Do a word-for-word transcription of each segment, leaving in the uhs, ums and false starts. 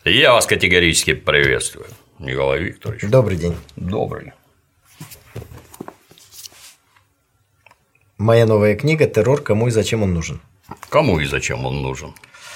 Я вас категорически приветствую, Николай Викторович. Добрый день. Добрый. Моя новая книга «Террор. Кому и зачем он нужен». Кому и зачем он нужен?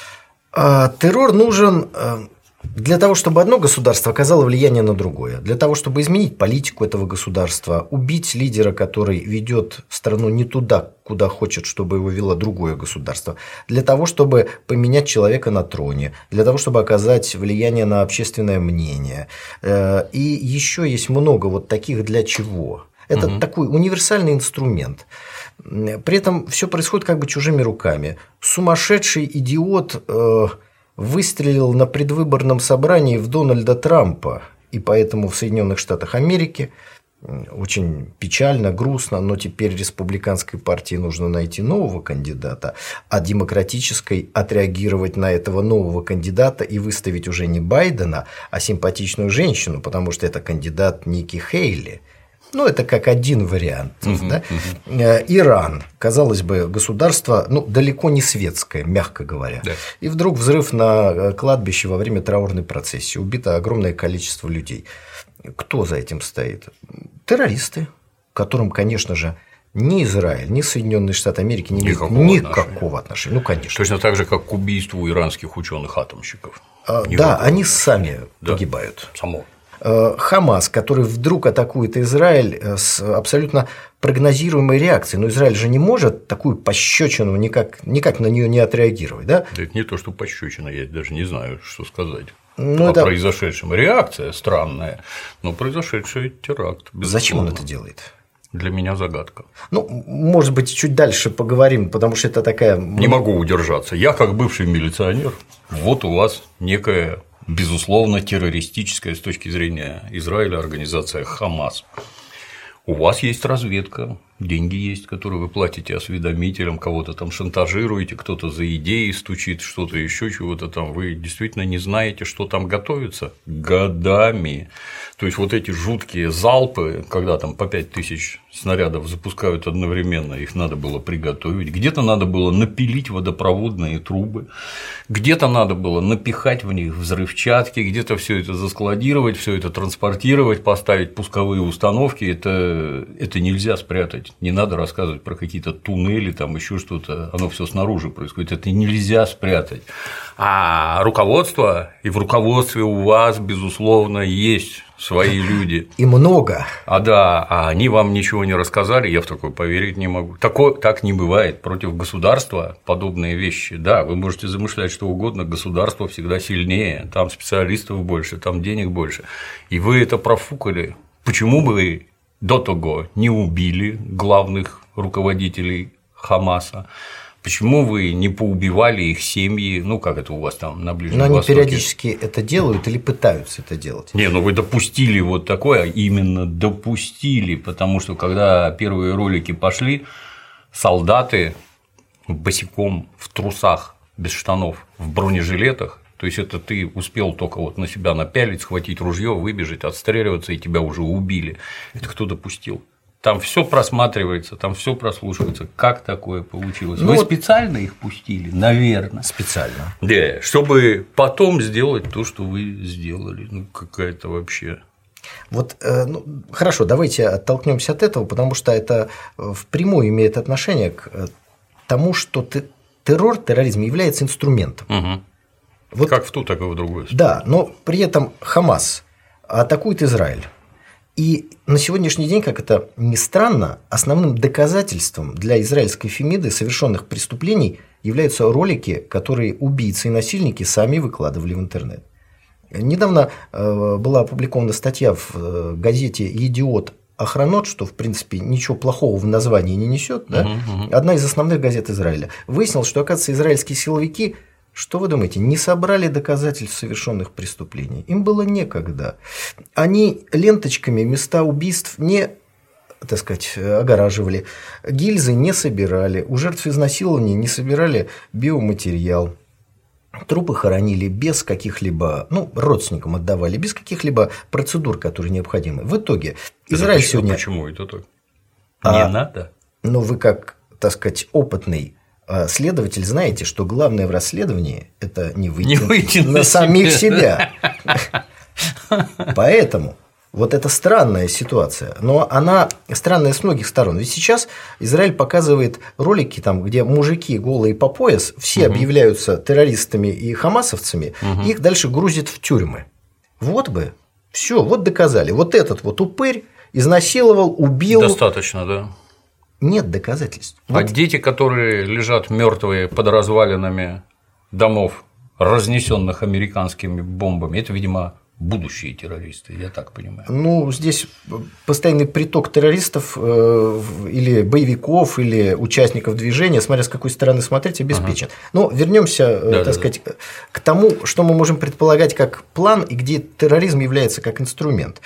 А, террор нужен для того, чтобы одно государство оказало влияние на другое, для того, чтобы изменить политику этого государства, убить лидера, который ведет страну не туда, куда хочет, чтобы его вело другое государство, для того, чтобы поменять человека на троне, для того, чтобы оказать влияние на общественное мнение. И еще есть много вот таких для чего. Это угу. такой универсальный инструмент. При этом все происходит как бы чужими руками. Сумасшедший идиот э, выстрелил на предвыборном собрании в Дональда Трампа, и поэтому в Соединенных Штатах Америки очень печально, грустно, но теперь республиканской партии нужно найти нового кандидата, а демократической отреагировать на этого нового кандидата и выставить уже не Байдена, а симпатичную женщину, потому что это кандидат Ники Хейли. Ну, это как один вариант. Uh-huh, да? uh-huh. Иран, казалось бы, государство ну, далеко не светское, мягко говоря. Yeah. И вдруг взрыв на кладбище во время траурной процессии. Убито огромное количество людей. Кто за этим стоит? Террористы, которым, конечно же, ни Израиль, ни Соединенные Штаты Америки не имеют никакого, никакого отношения. отношения. Ну, конечно. Точно так же, как к убийству иранских ученых-атомщиков. А, да, они сами да. погибают. Само. Хамас, который вдруг атакует Израиль с абсолютно прогнозируемой реакцией. Но Израиль же не может такую пощечину никак, никак на нее не отреагировать. Да? Да это не то, что пощечина, я даже не знаю, что сказать. Ну, о это... произошедшем. Реакция странная, но произошедший теракт. Безусловно. Зачем он это делает? Для меня загадка. Ну, может быть, чуть дальше поговорим, потому что это такая… Не могу удержаться. Я, как бывший милиционер, вот у вас некая… безусловно, террористическая с точки зрения Израиля организация Хамас. У вас есть разведка, деньги есть, которые вы платите осведомителям, кого-то там шантажируете, кто-то за идеи стучит, что-то еще чего-то там. Вы действительно не знаете, что там готовится годами. То есть вот эти жуткие залпы, когда там по пять тысяч снарядов запускают одновременно, их надо было приготовить, где-то надо было напилить водопроводные трубы, где-то надо было напихать в них взрывчатки, где-то все это заскладировать, все это транспортировать, поставить пусковые установки. Это, это нельзя спрятать. Не надо рассказывать про какие-то туннели, там еще что-то, оно все снаружи происходит. Это нельзя спрятать. А руководство, и в руководстве у вас, безусловно, есть свои люди. И много. А да, а они вам ничего не рассказали, я в такое поверить не могу. Такое, так не бывает. Против государства подобные вещи. Да, вы можете замышлять что угодно, государство всегда сильнее, там специалистов больше, там денег больше. И вы это профукали. Почему вы до того не убили главных руководителей Хамаса? Почему вы не поубивали их семьи? Ну, как это у вас там на Ближнем Востоке? Но они периодически это делают или пытаются это делать. Не, ну вы допустили вот такое, именно допустили, потому что когда первые ролики пошли, солдаты босиком в трусах, без штанов, в бронежилетах, то есть это ты успел только вот на себя напялить, схватить ружье, выбежать, отстреливаться, и тебя уже убили. Это кто допустил? Там все просматривается, там все прослушивается. Как такое получилось? Ну, Вы вот специально их пустили, наверное. Специально. Да, чтобы потом сделать то, что вы сделали. Ну, какая-то вообще. Вот, ну, хорошо, давайте оттолкнемся от этого, потому что это впрямую имеет отношение к тому, что террор, терроризм является инструментом. Угу. Вот, как в ту, так и в другую. Да, но при этом Хамас атакует Израиль. И на сегодняшний день, как это ни странно, основным доказательством для израильской Фемиды совершенных преступлений являются ролики, которые убийцы и насильники сами выкладывали в интернет. Недавно была опубликована статья в газете «Идиот Охранот», что, в принципе, ничего плохого в названии не несет, да? uh-huh, uh-huh. Одна из основных газет Израиля. Выяснилось, что, оказывается, израильские силовики, что вы думаете, не собрали доказательств совершенных преступлений. Им было некогда. Они ленточками места убийств не, так сказать, огораживали, гильзы не собирали, у жертв изнасилования не собирали биоматериал. Трупы хоронили без каких-либо, ну, родственникам отдавали, без каких-либо процедур, которые необходимы. В итоге Израиль почему, сегодня… Почему это так? А, не надо? Ну, вы как, так сказать, опытный следователь, знаете, что главное в расследовании – это не выйти, не выйти на, на самих себя. Поэтому вот это странная ситуация, но она странная с многих сторон. Ведь сейчас Израиль показывает ролики, там, где мужики голые по пояс, все угу. объявляются террористами и хамасовцами, угу. их дальше грузят в тюрьмы. Вот бы, все, вот доказали. Вот этот вот упырь изнасиловал, убил. Достаточно, да. Нет доказательств. А вот. дети, которые лежат мертвые под развалинами домов, разнесенных американскими бомбами, это, видимо, будущие террористы, я так понимаю. Ну, здесь постоянный приток террористов э, или боевиков, или участников движения, смотря с какой стороны смотреть, обеспечен. Ага. Но вернемся, да, так да, сказать, да. к тому, что мы можем предполагать как план и где терроризм является как инструмент.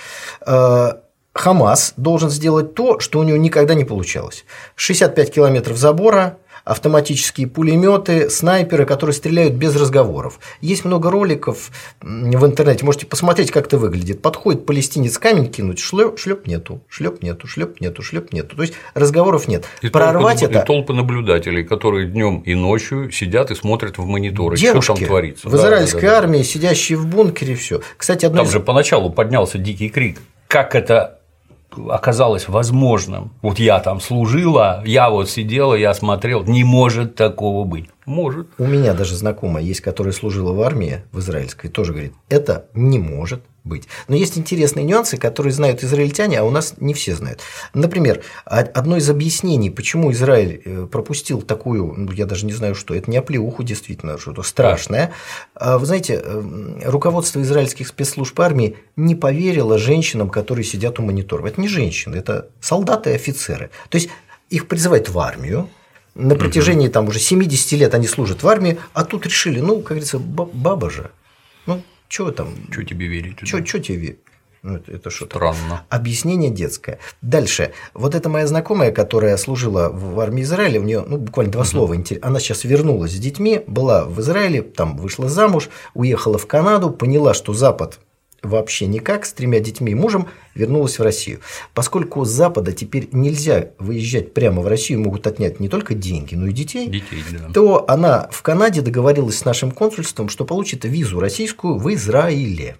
Хамас должен сделать то, что у него никогда не получалось. шестьдесят пять километров забора, автоматические пулеметы, снайперы, которые стреляют без разговоров. Есть много роликов в интернете, можете посмотреть, как это выглядит. Подходит палестинец камень кинуть, шлеп, шлеп нету, шлеп нету, шлеп нету, шлеп нету. То есть разговоров нет. И Прорвать толпы, это. И толпы наблюдателей, которые днем и ночью сидят и смотрят в мониторы, девушки, что там творится. В израильской да, да, да. армии, сидящие в бункере, все. Кстати, одно там из... же поначалу поднялся дикий крик. Как это оказалось возможным. Вот я там служила, я вот сидела, я смотрел, не может такого быть. Может. У меня даже знакомая есть, которая служила в армии, в израильской, тоже говорит, это не может быть. Но есть интересные нюансы, которые знают израильтяне, а у нас не все знают. Например, одно из объяснений, почему Израиль пропустил такую, ну, я даже не знаю что, это не оплеуху действительно, что-то страшное. Вы знаете, руководство израильских спецслужб армии не поверило женщинам, которые сидят у мониторов. Это не женщины, это солдаты и офицеры. То есть их призывают в армию. На протяжении там уже семидесяти лет они служат в армии, а тут решили, ну, как говорится, баба же, ну, что там? Что тебе верить? Что тебе верить? Ну, это, это что-то. Странно. Объяснение детское. Дальше. Вот эта моя знакомая, которая служила в армии Израиля, у нее, ну, буквально два угу. слова. Она сейчас вернулась с детьми, была в Израиле, там вышла замуж, уехала в Канаду, поняла, что Запад вообще никак, с тремя детьми и мужем вернулась в Россию. Поскольку с Запада теперь нельзя выезжать прямо в Россию, могут отнять не только деньги, но и детей, детей да. то она в Канаде договорилась с нашим консульством, что получит визу российскую в Израиле.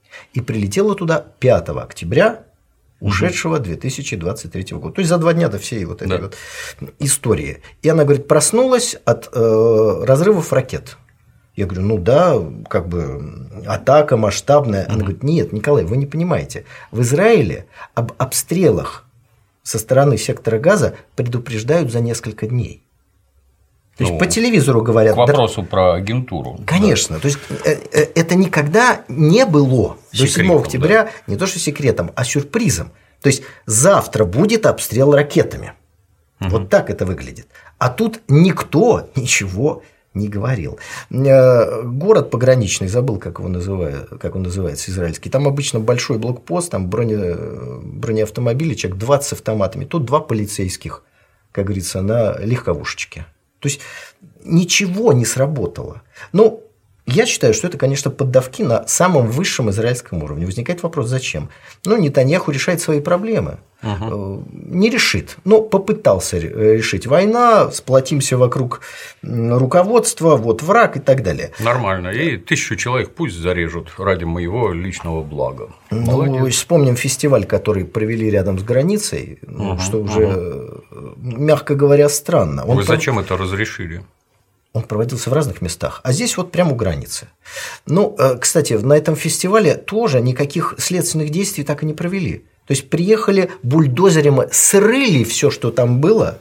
И прилетела туда пятого октября ушедшего две тысячи двадцать третьего года. То есть за два дня до всей вот этой да. вот истории. И она, говорит, проснулась от э, разрывов ракет. Я говорю, ну да, как бы атака масштабная. Она mm-hmm. говорит, нет, Николай, вы не понимаете. В Израиле об обстрелах со стороны сектора Газа предупреждают за несколько дней. То есть ну, по телевизору говорят. К вопросу да, про агентуру. Конечно. Да. То есть это никогда не было секретом, до седьмого октября, да. не то что секретом, а сюрпризом. То есть завтра будет обстрел ракетами. Mm-hmm. Вот так это выглядит. А тут никто ничего не говорил. Город пограничный, забыл, как его называют, как он называется, израильский. Там обычно большой блокпост, там броне, бронеавтомобили, человек двадцать с автоматами. Тут два полицейских, как говорится, на легковушечке. То есть ничего не сработало. Ну, я считаю, что это, конечно, поддавки на самом высшем израильском уровне. Возникает вопрос, зачем? Ну, Нетаньяху решает свои проблемы. Угу. Не решит, но попытался решить. Война, сплотимся вокруг руководства, вот враг и так далее. Нормально. И тысячу человек пусть зарежут ради моего личного блага. Ну, вспомним фестиваль, который провели рядом с границей, угу, что уже, угу. мягко говоря, странно. Он Вы зачем пров... это разрешили? Он проводился в разных местах, а здесь вот прямо у границы. Ну, кстати, на этом фестивале тоже никаких следственных действий так и не провели. То есть приехали бульдозером, срыли все, что там было,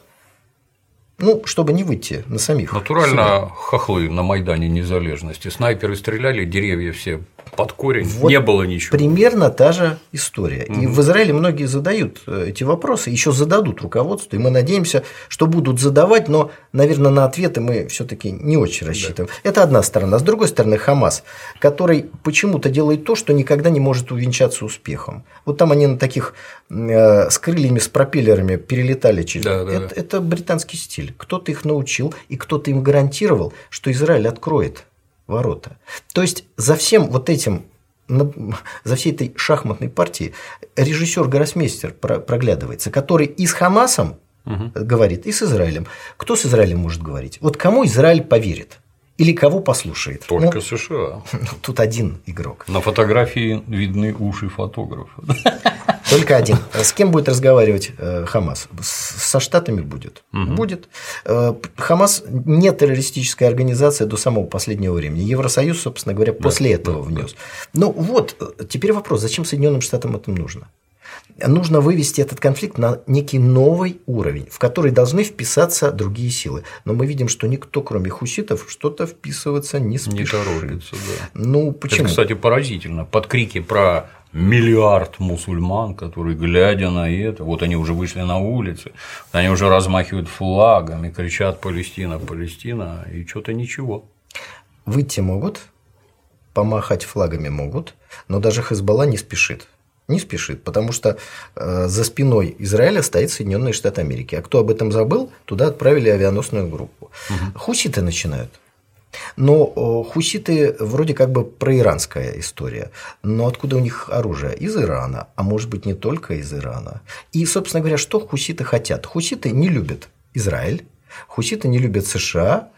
ну, чтобы не выйти на самих. Натурально себя. Хохлы на Майдане Незалежности. Снайперы стреляли, деревья все под корень, вот не было ничего. Примерно та же история. Угу. И в Израиле многие задают эти вопросы, еще зададут руководству, и мы надеемся, что будут задавать, но, наверное, на ответы мы все-таки не очень рассчитываем. Да. Это одна сторона. С другой стороны, Хамас, который почему-то делает то, что никогда не может увенчаться успехом. Вот там они на таких э, с крыльями, с пропеллерами перелетали через. Да, да, это, да. это британский стиль. Кто-то их научил, и кто-то им гарантировал, что Израиль откроет ворота. То есть за всем вот этим, за всей этой шахматной партией режиссер Гроссмейстер проглядывается, который и с Хамасом угу. говорит, и с Израилем. Кто с Израилем может говорить? Вот кому Израиль поверит? Или кого послушает? Только ну, США. Тут один игрок. На фотографии видны уши фотографа. Только один. С кем будет разговаривать Хамас? Со Штатами будет. Угу. Будет. Хамас не террористическая организация до самого последнего времени. Евросоюз, собственно говоря, после да, этого да, внес. Да. Ну вот, теперь вопрос, зачем Соединенным Штатам это нужно? Нужно вывести этот конфликт на некий новый уровень, в который должны вписаться другие силы. Но мы видим, что никто, кроме хуситов, что-то вписываться не спешит. Не торопится, да. Ну, почему? Это, кстати, поразительно. Под крики про миллиард мусульман, которые, глядя на это, вот они уже вышли на улицы, они уже размахивают флагами, кричат «Палестина, Палестина», и что-то ничего. Выйти могут, помахать флагами могут, но даже Хезболла не спешит. Не спешит, потому что э, за спиной Израиля стоит Соединенные Штаты Америки. А кто об этом забыл, туда отправили авианосную группу. Угу. Хуситы начинают. Но э, хуситы вроде как бы проиранская история. Но откуда у них оружие? Из Ирана. А может быть, не только из Ирана. И, собственно говоря, что хуситы хотят? Хуситы не любят Израиль. Хуситы не любят США.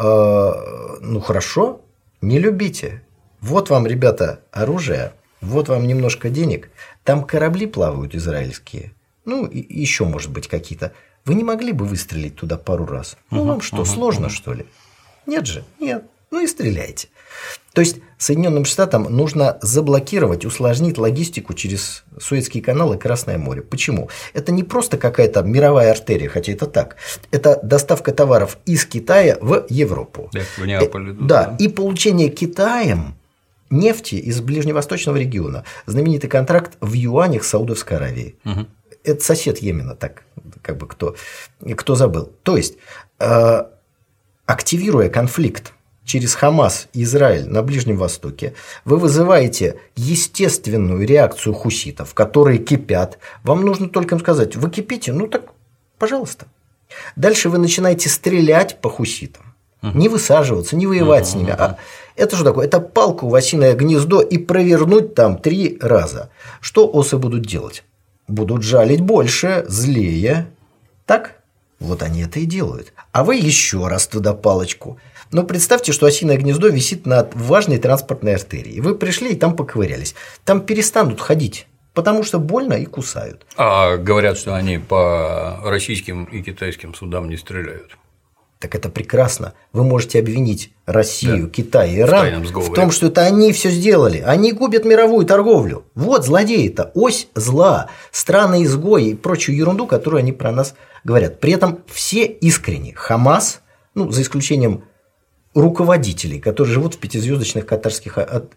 Э, ну хорошо, не любите. Вот вам, ребята, оружие. Вот вам немножко денег, там корабли плавают израильские, ну, и еще, может быть, какие-то. Вы не могли бы выстрелить туда пару раз? Ну, вам что, сложно, что ли? Нет же, нет. Ну, и стреляйте. То есть, Соединенным Штатам нужно заблокировать, усложнить логистику через Суэцкий канал и Красное море. Почему? Это не просто какая-то мировая артерия, хотя это так. Это доставка товаров из Китая в Европу. Да, в Неаполе. Да, да, и получение Китаем нефти из ближневосточного региона. Знаменитый контракт в юанях Саудовской Аравии. Угу. Это сосед Йемена, так как бы кто, кто забыл. То есть, э, активируя конфликт через Хамас и Израиль на Ближнем Востоке, вы вызываете естественную реакцию хуситов, которые кипят. Вам нужно только им сказать: вы кипите, ну так, пожалуйста. Дальше вы начинаете стрелять по хуситам. Uh-huh. Не высаживаться, не воевать uh-huh. с ними. А это что такое? Это палку в осиное гнездо и провернуть там три раза. Что осы будут делать? Будут жалить больше, злее. Так? Вот они это и делают. А вы еще раз туда палочку. Но представьте, что осиное гнездо висит над важной транспортной артерией. Вы пришли и там поковырялись. Там перестанут ходить. Потому что больно и кусают. А говорят, что они по российским и китайским судам не стреляют. Так это прекрасно. Вы можете обвинить Россию, да. Китай и Иран в, в том, что это они все сделали. Они губят мировую торговлю. Вот злодеи-то, ось зла, страны-изгои и прочую ерунду, которую они про нас говорят. При этом все искренне. Хамас, ну, за исключением руководителей, которые живут в пятизвездочных катарских…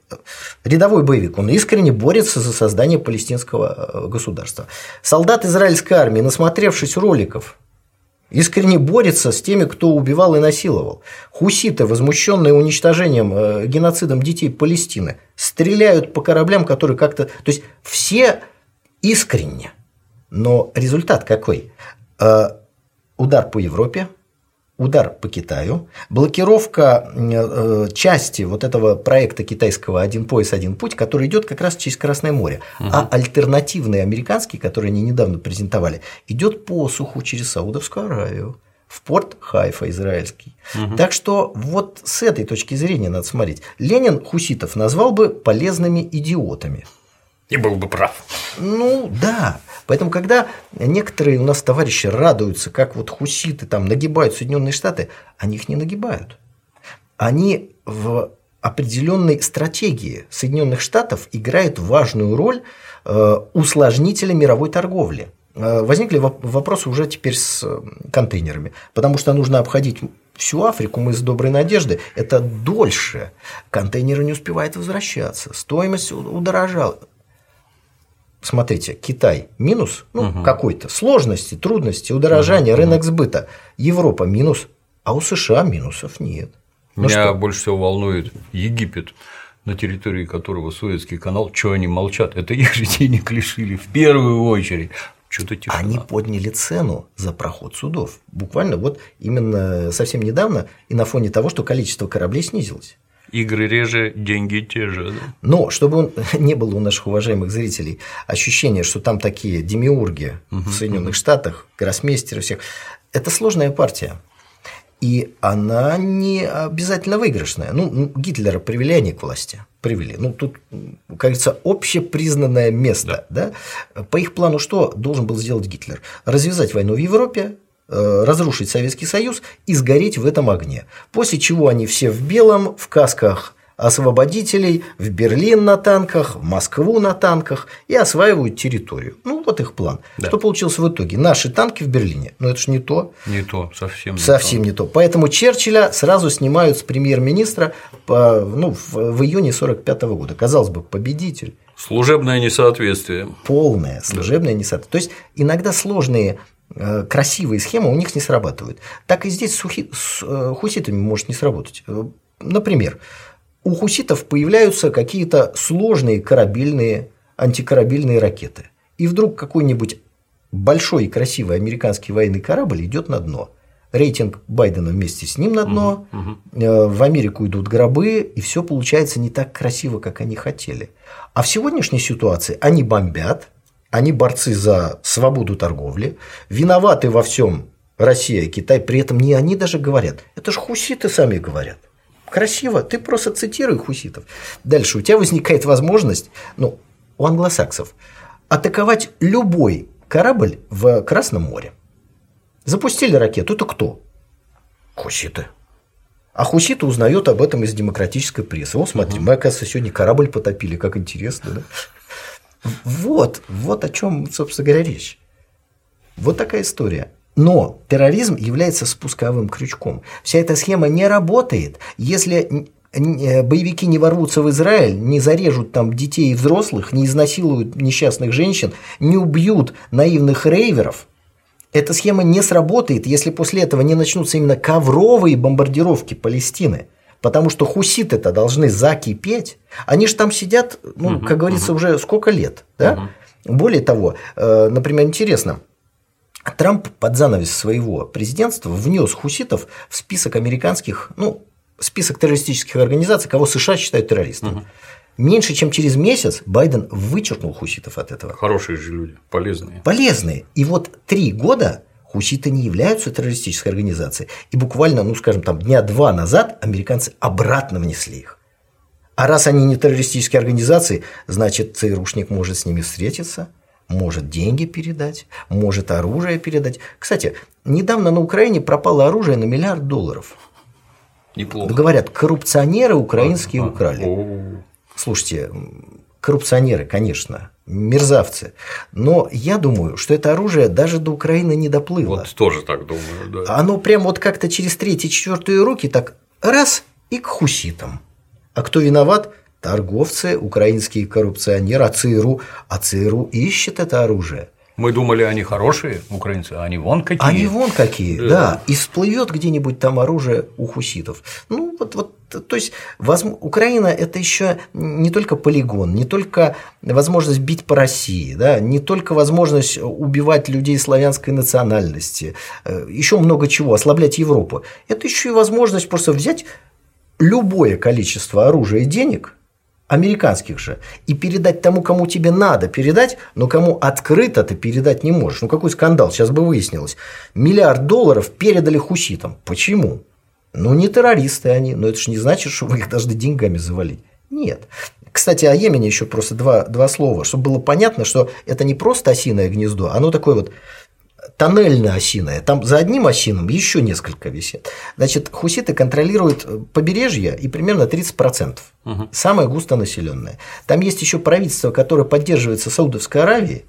Рядовой боевик, он искренне борется за создание палестинского государства. Солдат израильской армии, насмотревшись роликов, искренне борется с теми, кто убивал и насиловал. Хуситы, возмущенные уничтожением, э, геноцидом детей Палестины, стреляют по кораблям, которые как-то… То есть, все искренне. Но результат какой? Э, удар по Европе, удар по Китаю, блокировка э, части вот этого проекта китайского «Один пояс, один путь», который идет как раз через Красное море. Угу. А альтернативный американский, который они недавно презентовали, идет по суху через Саудовскую Аравию, в порт Хайфа израильский. Угу. Так что вот с этой точки зрения надо смотреть. Ленин хуситов назвал бы полезными идиотами. И был бы прав. Ну да. Поэтому, когда некоторые у нас товарищи радуются, как вот хуситы там нагибают Соединенные Штаты, они их не нагибают. Они в определенной стратегии Соединенных Штатов играют важную роль усложнителя мировой торговли. Возникли вопросы уже теперь с контейнерами, потому что нужно обходить всю Африку, мы с доброй надежды, это дольше. Контейнеры не успевают возвращаться, стоимость удорожала. Смотрите, Китай минус, ну, угу. какой-то, сложности, трудности, удорожания, угу. рынок сбыта. Европа минус, а у США минусов нет. Ну Меня что? больше всего волнует Египет, на территории которого Суэцкий канал. Чего они молчат? Это их же денег лишили в первую очередь. Что-то тишина. Они подняли цену за проход судов. Буквально вот именно совсем недавно и на фоне того, что количество кораблей снизилось. Игры реже, деньги те же. Да? Но чтобы он, не было у наших уважаемых зрителей ощущения, что там такие демиурги угу, в Соединенных угу. Штатах, гроссмейстеры всех, это сложная партия. И она не обязательно выигрышная. Ну, Гитлера привели они к власти. Привели. Ну, тут, как говорится, общепризнанное место. Да. Да? По их плану что должен был сделать Гитлер? Развязать войну в Европе, разрушить Советский Союз и сгореть в этом огне. После чего они все в белом, в касках освободителей, в Берлин на танках, в Москву на танках и осваивают территорию. Ну, вот их план. Да. Что получилось в итоге? Наши танки в Берлине. Но это же не то. Не то, совсем не совсем то. не то. Поэтому Черчилля сразу снимают с премьер-министра по, ну, в, в июне сорок пятого года. Казалось бы, победитель. Служебное несоответствие. Полное служебное да. несоответствие. То есть иногда сложные красивые схемы у них не срабатывают. Так и здесь с, хухи... с хуситами может не сработать. Например, у хуситов появляются какие-то сложные корабельные, антикорабельные ракеты. И вдруг какой-нибудь большой и красивый американский военный корабль идет на дно. Рейтинг Байдена вместе с ним на дно, угу, угу. в Америку идут гробы, и все получается не так красиво, как они хотели. А в сегодняшней ситуации они бомбят, они борцы за свободу торговли, виноваты во всем Россия и Китай, при этом не они даже говорят, это же хуситы сами говорят. Красиво, ты просто цитируй хуситов. Дальше у тебя возникает возможность, ну, у англосаксов, атаковать любой корабль в Красном море. Запустили ракету, это кто? Хуситы. А хуситы узнают об этом из демократической прессы. О, смотри, угу. мы, оказывается, сегодня корабль потопили, как интересно, да? Вот, вот о чем, собственно говоря, речь. Вот такая история. Но терроризм является спусковым крючком. Вся эта схема не работает, если боевики не ворвутся в Израиль, не зарежут там детей и взрослых, не изнасилуют несчастных женщин, не убьют наивных рейверов. Эта схема не сработает, если после этого не начнутся именно ковровые бомбардировки Палестины. Потому что хуситы-то должны закипеть. Они же там сидят, ну, как говорится, уже сколько лет. Да? Более того, например, интересно, Трамп под занавес своего президентства внес хуситов в список американских, ну, список террористических организаций, кого США считают террористами. Угу. Меньше чем через месяц Байден вычеркнул хуситов от этого. Хорошие же люди, полезные. Полезные. И вот три года хуситы не являются террористической организацией. И буквально, ну, скажем, там, дня два назад американцы обратно внесли их. А раз они не террористические организации, значит, ЦРУшник может с ними встретиться, может деньги передать, может оружие передать. Кстати, недавно на Украине пропало оружие на миллиард долларов. Неплохо. Говорят, коррупционеры украинские а, украли. О. Слушайте, коррупционеры, конечно, мерзавцы. Но я думаю, что это оружие даже до Украины не доплыло. Вот тоже так думаю, да. Оно прям вот как-то через третьи, четвертые руки так раз и к хуситам. А кто виноват? Торговцы, украинские коррупционеры, а ЦРУ. А ЦРУ ищет это оружие. Мы думали, они хорошие, украинцы, а они вон какие. Они вон какие, да. да. И всплывет где-нибудь там оружие у хуситов. Ну, вот, вот, то есть, возможно, Украина – это еще не только полигон, не только возможность бить по России, да, не только возможность убивать людей славянской национальности, еще много чего, ослаблять Европу. Это еще и возможность просто взять любое количество оружия и денег, американских же, и передать тому, кому тебе надо передать, но кому открыто ты передать не можешь. Ну, какой скандал, сейчас бы выяснилось. Миллиард долларов передали хуситам. Почему? Ну, не террористы они, но это же не значит, что вы их должны деньгами завалить. Нет. Кстати, о Йемене еще просто два, два слова, чтобы было понятно, что это не просто осиное гнездо, оно такое вот тоннельно-осиное, там за одним осином еще несколько висит. Значит, хуситы контролируют побережье и примерно тридцать процентов, угу. самое густонаселенное. Там есть еще правительство, которое поддерживается Саудовской Аравией,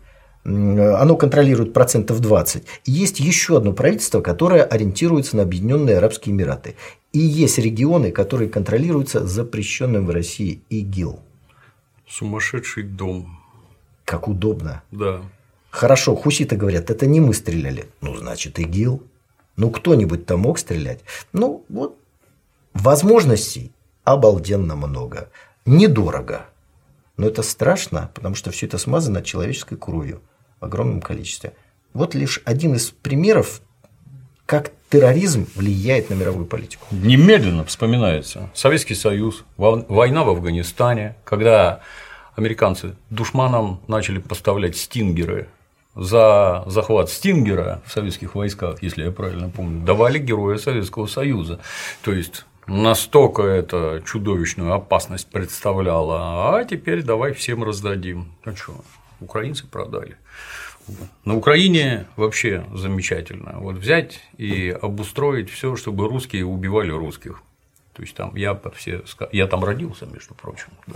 оно контролирует процентов двадцать. И есть еще одно правительство, которое ориентируется на Объединенные Арабские Эмираты. И есть регионы, которые контролируются запрещенным в России ИГИЛ. Сумасшедший дом. Как удобно. Да. Хорошо, хуситы говорят, это не мы стреляли. Ну, значит, ИГИЛ. Ну, кто-нибудь там мог стрелять. Ну, вот, возможностей обалденно много. Недорого. Но это страшно, потому что все это смазано человеческой кровью в огромном количестве. Вот лишь один из примеров как терроризм влияет на мировую политику. Немедленно вспоминается Советский Союз, война в Афганистане, когда американцы душманам начали поставлять стингеры. За захват стингера в советских войсках, если я правильно помню, давали Героя Советского Союза. То есть настолько это чудовищную опасность представляло, а теперь давай всем раздадим. Ну что, украинцы продали. На Украине вообще замечательно. Вот взять и обустроить все, чтобы русские убивали русских. То есть там я по все я там родился, между прочим. Да.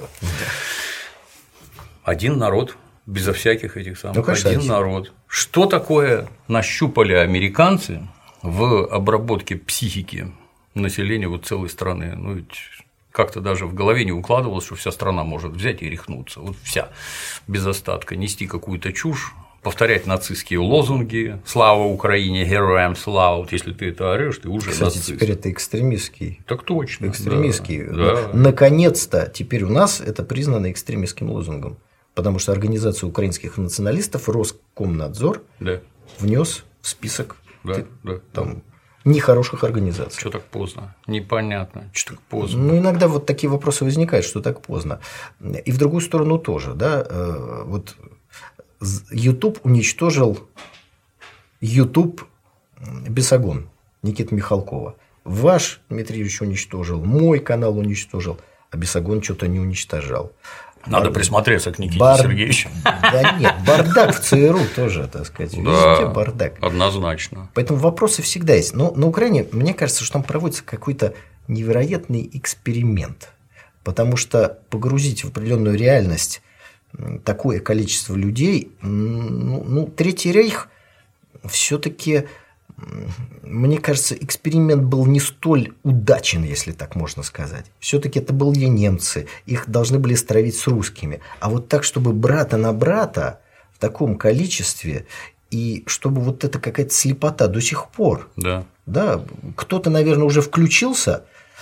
Один народ. Безо всяких этих самых, ну, конечно, один народ. Что такое нащупали американцы в обработке психики населения вот целой страны? Ну, ведь как-то даже в голове не укладывалось, что вся страна может взять и рехнуться. Вот вся, без остатка, нести какую-то чушь, повторять нацистские лозунги «Слава Украине! Героям слава!» Вот если ты это орешь, ты уже Кстати, нацист. Теперь это экстремистский. Так точно. Экстремистский. Да, да. Наконец-то теперь у нас это признано экстремистским лозунгом. Потому что организация украинских националистов Роскомнадзор да. внес в список да, да, там, да. нехороших организаций. Что так поздно? Непонятно. Что так поздно? Ну, иногда вот такие вопросы возникают, что так поздно. И в другую сторону тоже. Да? Вот YouTube уничтожил YouTube Бесогон Никиты Михалкова. Ваш Дмитрий Юрьевич уничтожил, мой канал уничтожил, а Бесогон что-то не уничтожал. Надо присмотреться к Никите Бар... Сергеевичу. Да нет, бардак в ЦРУ тоже, так сказать, везде да, бардак. Однозначно. Поэтому вопросы всегда есть. Но на Украине, мне кажется, что там проводится какой-то невероятный эксперимент, потому что погрузить в определенную реальность такое количество людей, ну, ну Третий рейх все-таки, мне кажется, эксперимент был не столь удачен, если так можно сказать. Все-таки это были немцы, их должны были стравить с русскими. А вот так, чтобы брата на брата в таком количестве, и чтобы вот это какая-то слепота до сих пор. Да. Да, кто-то, наверное, уже включился,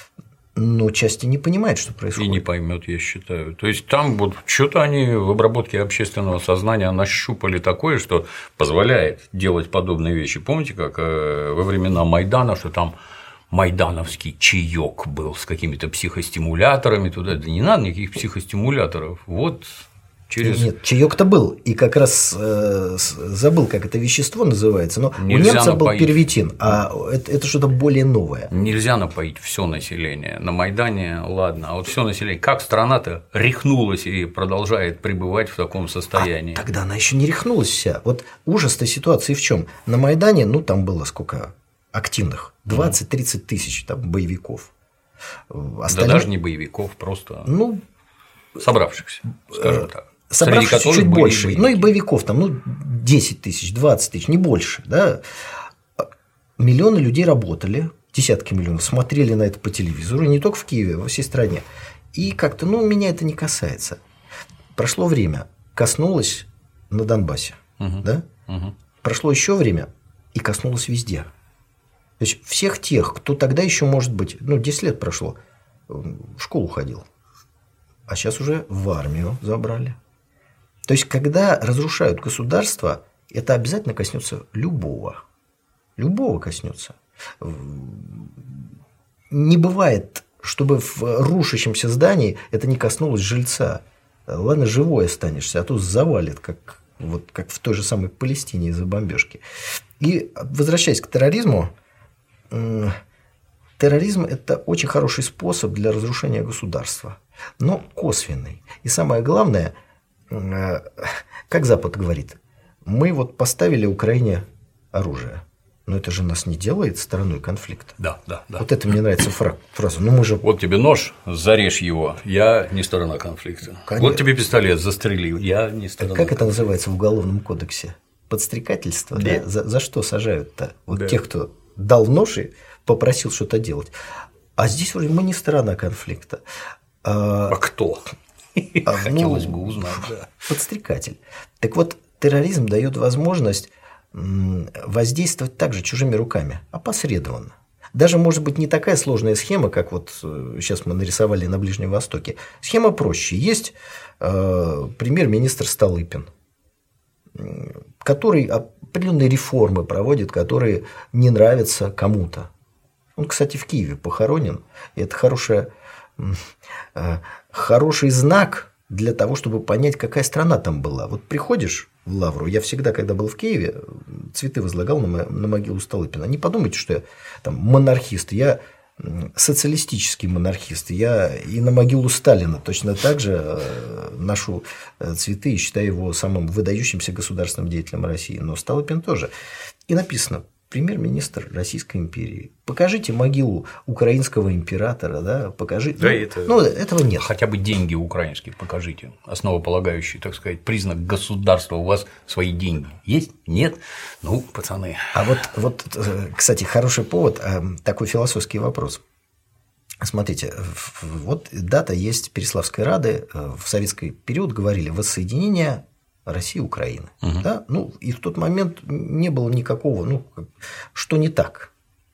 но части не понимает, что происходит. И не поймет, я считаю. То есть там вот что-то они в обработке общественного сознания нащупали такое, что позволяет делать подобные вещи. Помните, как во времена Майдана, что там майдановский чаек был с какими-то психостимуляторами туда? Да не надо никаких психостимуляторов. Вот через… Нет, чаек-то был, и как раз э, забыл, как это вещество называется, но Нельзя у немцев напоить. был первитин, а это, это что-то более новое. Нельзя напоить все население. На Майдане, ладно, а вот все население. Как страна-то рехнулась и продолжает пребывать в таком состоянии? А тогда она еще не рехнулась вся. Вот ужас-то ситуации в чем? На Майдане, ну там было сколько активных? двадцать-тридцать тысяч там боевиков. Остальные... Да даже не боевиков, просто ну, собравшихся, скажем так. Собравшись чуть больше, ну и боевиков там, ну, десять тысяч, двадцать тысяч, не больше, да. Миллионы людей работали, десятки миллионов, смотрели на это по телевизору, не только в Киеве, а во всей стране. И как-то, ну, меня это не касается. Прошло время, коснулось на Донбассе, угу. да? Угу. Прошло еще время и коснулось везде. То есть всех тех, кто тогда еще, может быть, ну, десять лет прошло, в школу ходил, а сейчас уже в армию забрали. То есть, когда разрушают государство, это обязательно коснется любого. Любого коснется. Не бывает, чтобы в рушащемся здании это не коснулось жильца. Ладно, живой останешься, а то завалит, как, вот, как в той же самой Палестине из-за бомбежки. И возвращаясь к терроризму, терроризм – это очень хороший способ для разрушения государства, но косвенный. И самое главное, как Запад говорит, мы вот поставили Украине оружие, но это же нас не делает стороной конфликта. Да, да, да. Вот это мне нравится фраза. Ну, мы же… Вот тебе нож, зарежь его, я не сторона конфликта. Конечно. Вот тебе пистолет, застрели, я не сторона. Как это называется в Уголовном кодексе? Подстрекательство? Да. Да? За, за что сажают-то? Вот да. Тех, кто дал нож и попросил что-то делать. А здесь вроде мы не сторона конфликта. А, а кто? А, Хотелось ну, бы узнать, да. Подстрекатель. Так вот, терроризм дает возможность воздействовать также чужими руками, опосредованно. Даже, может быть, не такая сложная схема, как вот сейчас мы нарисовали на Ближнем Востоке. Схема проще. Есть э, премьер-министр Столыпин, который определенные реформы проводит, которые не нравятся кому-то. Он, кстати, в Киеве похоронен, и это хорошая, хороший знак для того, чтобы понять, какая страна там была. Вот приходишь в Лавру, я всегда, когда был в Киеве, цветы возлагал на, на могилу Столыпина. Не подумайте, что я там монархист, я социалистический монархист, я и на могилу Сталина точно так же ношу цветы и считаю его самым выдающимся государственным деятелем России, но Столыпин тоже. И написано: премьер-министр Российской империи. Покажите могилу украинского императора, да, покажите. Да, ну, это... ну, этого нет. Хотя бы деньги украинские покажите. Основополагающий, так сказать, признак государства. У вас свои деньги есть? Нет? Ну, пацаны. А вот, вот кстати, хороший повод, такой философский вопрос. Смотрите, вот дата есть Переславской Рады. В советский период говорили воссоединение России и Украины. Угу. Да? Ну, и в тот момент не было никакого, ну, что не так.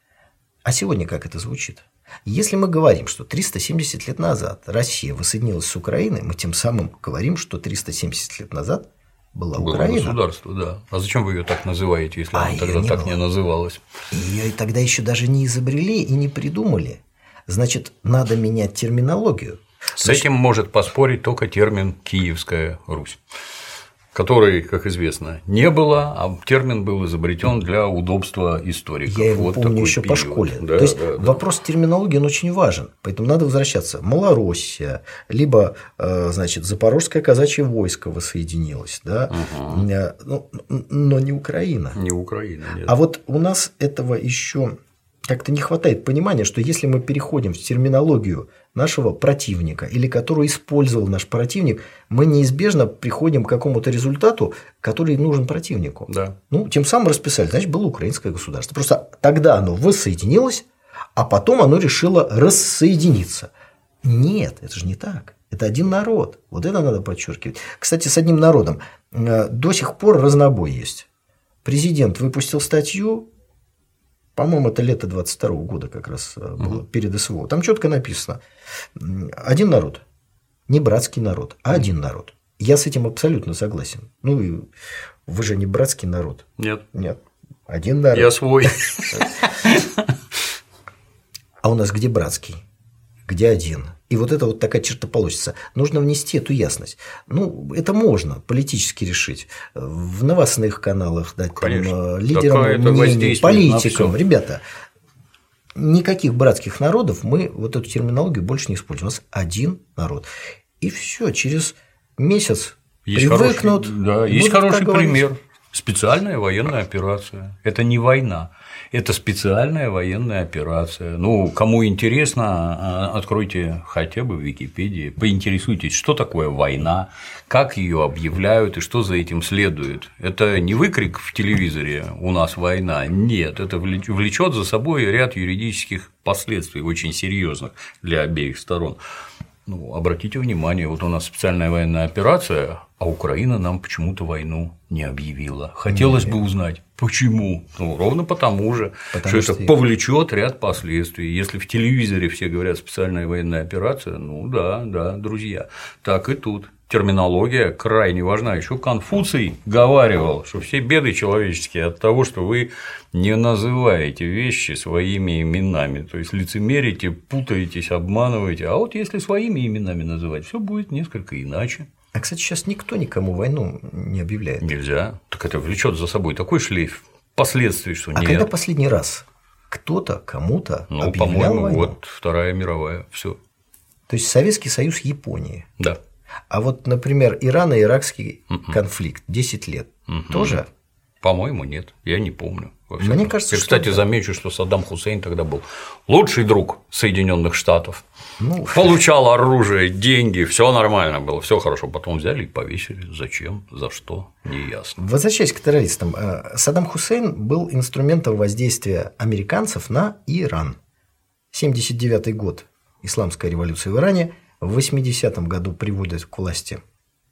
А сегодня как это звучит? Если мы говорим, что триста семьдесят лет назад Россия воссоединилась с Украиной, мы тем самым говорим, что триста семьдесят лет назад была было Украина. Государство, да. А зачем вы ее так называете, если а она тогда не так было. не называлась? Ее тогда еще даже не изобрели и не придумали. Значит, надо менять терминологию. С Значит... этим может поспорить только термин «Киевская Русь», который, как известно, не было, а термин был изобретен для удобства историков. Я его вот помню еще период. по школе. Да, То есть да, да. вопрос терминологии он очень важен, поэтому надо возвращаться. Малороссия, либо, значит, Запорожское казачье войско воссоединилось, да, угу. но, но не Украина. Не Украина. Нет. А вот у нас этого еще как-то не хватает понимания, что если мы переходим в терминологию нашего противника или которую использовал наш противник, мы неизбежно приходим к какому-то результату, который нужен противнику. Да. Ну, тем самым расписали, значит, было украинское государство. Просто тогда оно воссоединилось, а потом оно решило рассоединиться. Нет, это же не так. Это один народ. Вот это надо подчеркивать. Кстати, с одним народом до сих пор разнобой есть. Президент выпустил статью. По-моему, это лето двадцать второго года как раз было, угу. перед СВО. Там четко написано: один народ, не братский народ, а один народ. Я с этим абсолютно согласен. Ну, вы же не братский народ. Нет. Нет. Один народ. Я свой. А у нас где братский? Где один? И вот это вот такая чертополосица. Нужно внести эту ясность. Ну, это можно политически решить. В новостных каналах дать там, лидерам мнений, политикам. Ребята, никаких братских народов мы вот эту терминологию больше не используем. У нас один народ. И все, через месяц есть привыкнут. Хороший, да, есть хороший пример. Специальная военная операция. Это не война. Это специальная военная операция. Ну, кому интересно, откройте хотя бы в Википедии, поинтересуйтесь, что такое война, как ее объявляют и что за этим следует. Это не выкрик в телевизоре «у нас война», нет, это влечет за собой ряд юридических последствий, очень серьезных для обеих сторон. Ну, обратите внимание, вот у нас специальная военная операция, а Украина нам почему-то войну не объявила. Хотелось Нет. бы узнать, почему. Ну, ровно потому же, потому что, что это повлечет ряд последствий. Если в телевизоре все говорят специальная военная операция, ну да, да, друзья, так и тут. Терминология крайне важна. Еще Конфуций говаривал, что все беды человеческие от того, что вы не называете вещи своими именами. То есть лицемерите, путаетесь, обманываете. А вот если своими именами называть, все будет несколько иначе. А, кстати, сейчас никто никому войну не объявляет. Нельзя. Так это влечет за собой такой шлейф последствий, что а нет. А когда последний раз кто-то кому-то ну, объявлял по-моему, войну? Вот Вторая мировая, все. То есть Советский Союз Японии. Да. А вот, например, Ирано-Иракский uh-uh. конфликт десять лет uh-huh. тоже? По-моему, нет. Я не помню. Мне кажется, И, кстати, что... замечу, что Саддам Хусейн тогда был лучший друг Соединенных Штатов. Ну... Получал оружие, деньги, все нормально было, все хорошо. Потом взяли и повесили. Зачем? За что? Неясно. Возвращаясь к террористам, Саддам Хусейн был инструментом воздействия американцев на Иран. семьдесят девятый год. Исламская революция в Иране. В восьмидесятом году приводят к власти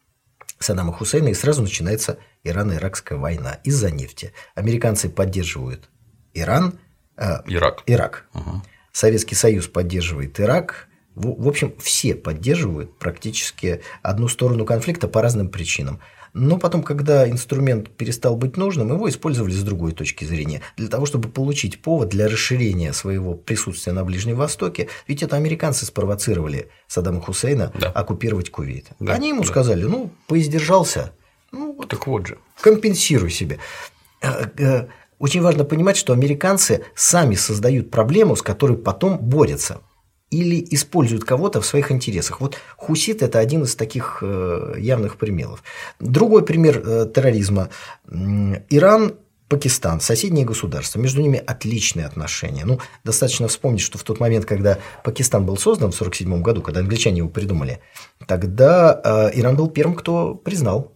Саддама Хусейна, и сразу начинается Ирано-Иракская война из-за нефти. Американцы поддерживают Иран, э, Ирак. Ирак. Угу. Советский Союз поддерживает Ирак. В, в общем, все поддерживают практически одну сторону конфликта по разным причинам. Но потом, когда инструмент перестал быть нужным, его использовали с другой точки зрения, для того, чтобы получить повод для расширения своего присутствия на Ближнем Востоке. Ведь это американцы спровоцировали Саддама Хусейна да. оккупировать Кувейт. Да. Они ему да. сказали: ну, поиздержался, ну, вот, так вот же. Компенсируй себе. Очень важно понимать, что американцы сами создают проблему, с которой потом борются, или используют кого-то в своих интересах. Вот хуситы – это один из таких явных примеров. Другой пример терроризма – Иран, Пакистан, соседние государства, между ними отличные отношения. Ну, достаточно вспомнить, что в тот момент, когда Пакистан был создан в сорок седьмом году, когда англичане его придумали, тогда Иран был первым, кто признал.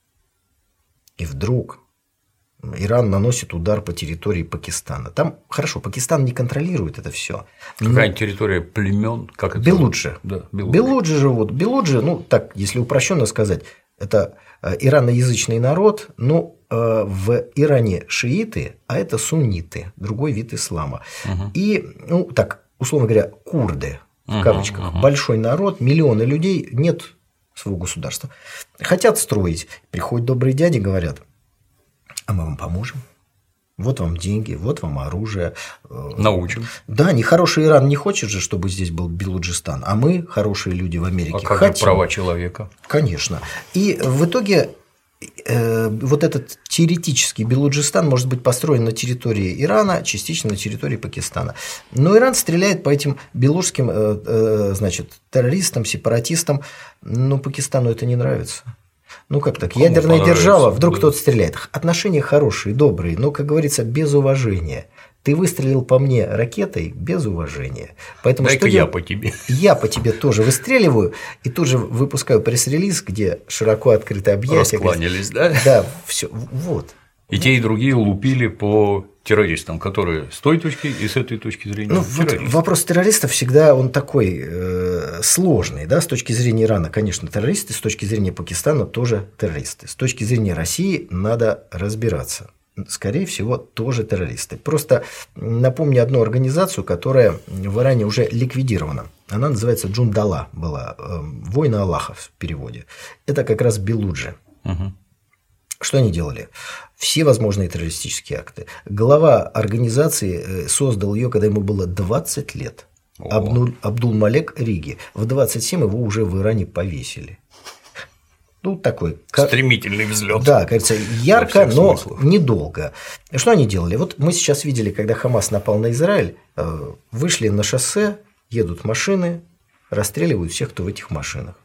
И вдруг Иран наносит удар по территории Пакистана. Там, хорошо, Пакистан не контролирует это все. Какая территория племен? Как это? Белуджи. Да, Белуджи. Белуджи живут. Белуджи, ну, так, если упрощенно сказать, это ираноязычный народ, но в Иране шииты, а это сунниты, другой вид ислама. Угу. И, ну, так, условно говоря, курды, в кавычках, угу, угу. большой народ, миллионы людей, нет своего государства. Хотят строить. Приходят добрые дяди, говорят: а мы вам поможем. Вот вам деньги, вот вам оружие. Научим. Да, нехороший Иран не хочет же, чтобы здесь был Белуджистан, а мы, хорошие люди в Америке, а как хотим. же права человека? Конечно. И в итоге э, вот этот теоретический Белуджистан может быть построен на территории Ирана, частично на территории Пакистана. Но Иран стреляет по этим белуджским э, э, значит, террористам, сепаратистам, но Пакистану это не нравится. Ну как так, Кому ядерная держава, вдруг да. кто-то стреляет. Отношения хорошие, добрые, но, как говорится, без уважения. Ты выстрелил по мне ракетой без уважения. Поэтому Дай-ка что я я по тебе. Я по тебе тоже выстреливаю и тут же выпускаю пресс-релиз, где широко открыты объятия. Раскланялись, да? Да, все, вот. И те, и другие лупили по террористам, которые с той точки и с этой точки зрения. Ну, вот вопрос террористов всегда он такой э, сложный. Да? С точки зрения Ирана, конечно, террористы, с точки зрения Пакистана тоже террористы. С точки зрения России надо разбираться. Скорее всего, тоже террористы. Просто напомню одну организацию, которая в Иране уже ликвидирована. Она называется Джундала, была э, «Войны Аллаха» в переводе. Это как раз Белуджи. Угу. Что они делали? Все возможные террористические акты. Глава организации создал ее, когда ему было двадцать лет. Абдул, Абдул-Малек Риги. В двадцать семь его уже в Иране повесили. Ну, такой. Стремительный взлет. Да, кажется, ярко, но смыслах. недолго. Что они делали? Вот мы сейчас видели, когда Хамас напал на Израиль, вышли на шоссе, едут машины, расстреливают всех, кто в этих машинах.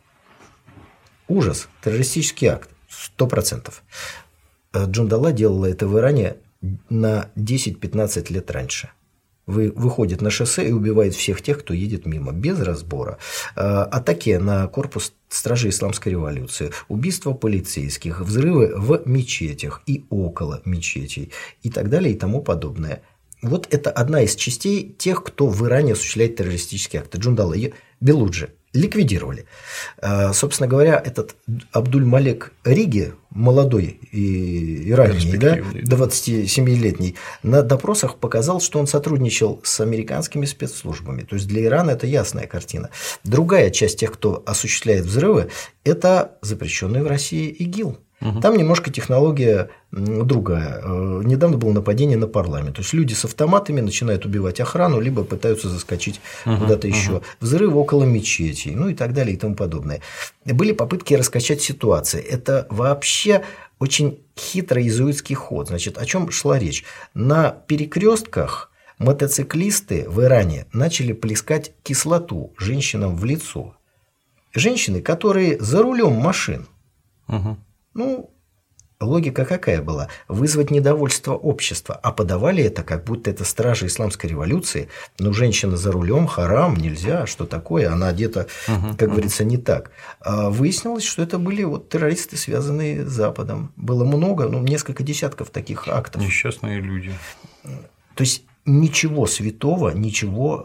Ужас, террористический акт. Сто процентов. Джундала делала это в Иране на десять-пятнадцать лет раньше. Вы, выходит на шоссе и убивает всех тех, кто едет мимо, без разбора. Атаки на корпус стражей исламской революции, убийства полицейских, взрывы в мечетях и около мечетей и так далее и тому подобное. Вот это одна из частей тех, кто в Иране осуществляет террористические акты. Джундала, Белуджи ликвидировали. Собственно говоря, этот Абдуль-Малек Риги, молодой и ранний, да, двадцатисемилетний, на допросах показал, что он сотрудничал с американскими спецслужбами. То есть для Ирана это ясная картина. Другая часть тех, кто осуществляет взрывы, это запрещенный в России ИГИЛ. Угу. Там немножко технология другая. Недавно было нападение на парламент. То есть люди с автоматами начинают убивать охрану, либо пытаются заскочить угу, куда-то еще. Угу. Взрывы около мечетей, ну и так далее и тому подобное. Были попытки раскачать ситуацию. Это вообще очень хитрый иезуитский ход. Значит, о чем шла речь? На перекрестках мотоциклисты в Иране начали плескать кислоту женщинам в лицо. Женщины, которые за рулем машин. Угу. Ну, логика какая была? Вызвать недовольство общества, а подавали это, как будто это стражи исламской революции. Ну, женщина за рулем, харам, нельзя, что такое? Она одета, uh-huh, как uh-huh. говорится, не так. А выяснилось, что это были вот террористы, связанные с Западом. Было много, ну, несколько десятков таких актов. Несчастные люди. То есть ничего святого, ничего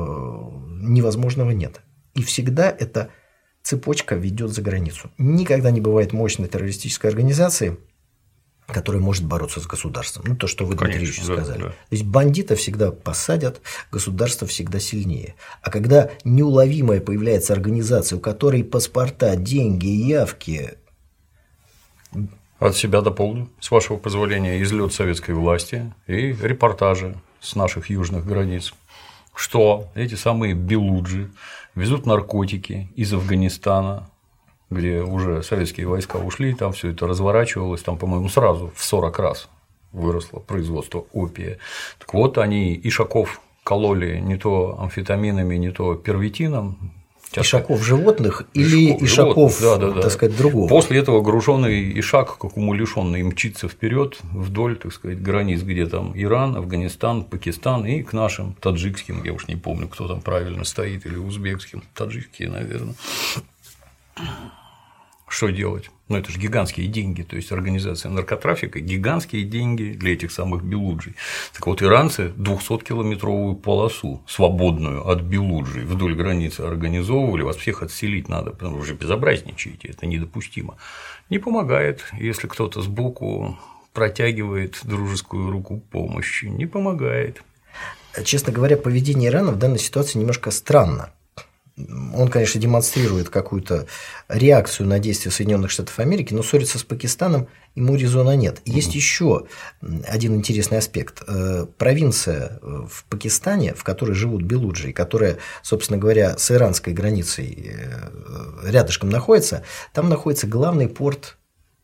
э, невозможного нет. И всегда это цепочка ведет за границу. Никогда не бывает мощной террористической организации, которая может бороться с государством. Ну, то, что вы, Дмитрий Ильич, сказали. Да, да. То есть бандита всегда посадят, государство всегда сильнее. А когда неуловимая появляется организация, у которой паспорта, деньги, явки От себя дополню, с вашего позволения, излет советской власти и репортажи с наших южных границ, что эти самые белуджи везут наркотики из Афганистана, где уже советские войска ушли, там все это разворачивалось, там, по-моему, сразу в сорок раз выросло производство опия. Так вот, они ишаков кололи не то амфетаминами, не то первитином. Ишаков животных или ишаков, животных, да, да, да. так сказать, другого. После этого груженный ишак, как умалишенный, мчится вперед вдоль, так сказать, границ, где там Иран, Афганистан, Пакистан и к нашим таджикским, я уж не помню, кто там правильно стоит, или узбекским, таджикские, наверное. Что делать? Ну, это же гигантские деньги, то есть организация наркотрафика – гигантские деньги для этих самых белуджей. Так вот, иранцы двухсоткилометровую полосу, свободную от белуджей, вдоль границы организовывали, вас всех отселить надо, потому что вы же безобразничаете, это недопустимо. Не помогает, если кто-то сбоку протягивает дружескую руку помощи, не помогает. Честно говоря, поведение Ирана в данной ситуации немножко странно. Он, конечно, демонстрирует какую-то реакцию на действия Соединенных Штатов Америки, но ссориться с Пакистаном ему резона нет. Есть еще один интересный аспект. Провинция в Пакистане, в которой живут белуджи, которая, собственно говоря, с иранской границей рядышком находится, там находится главный порт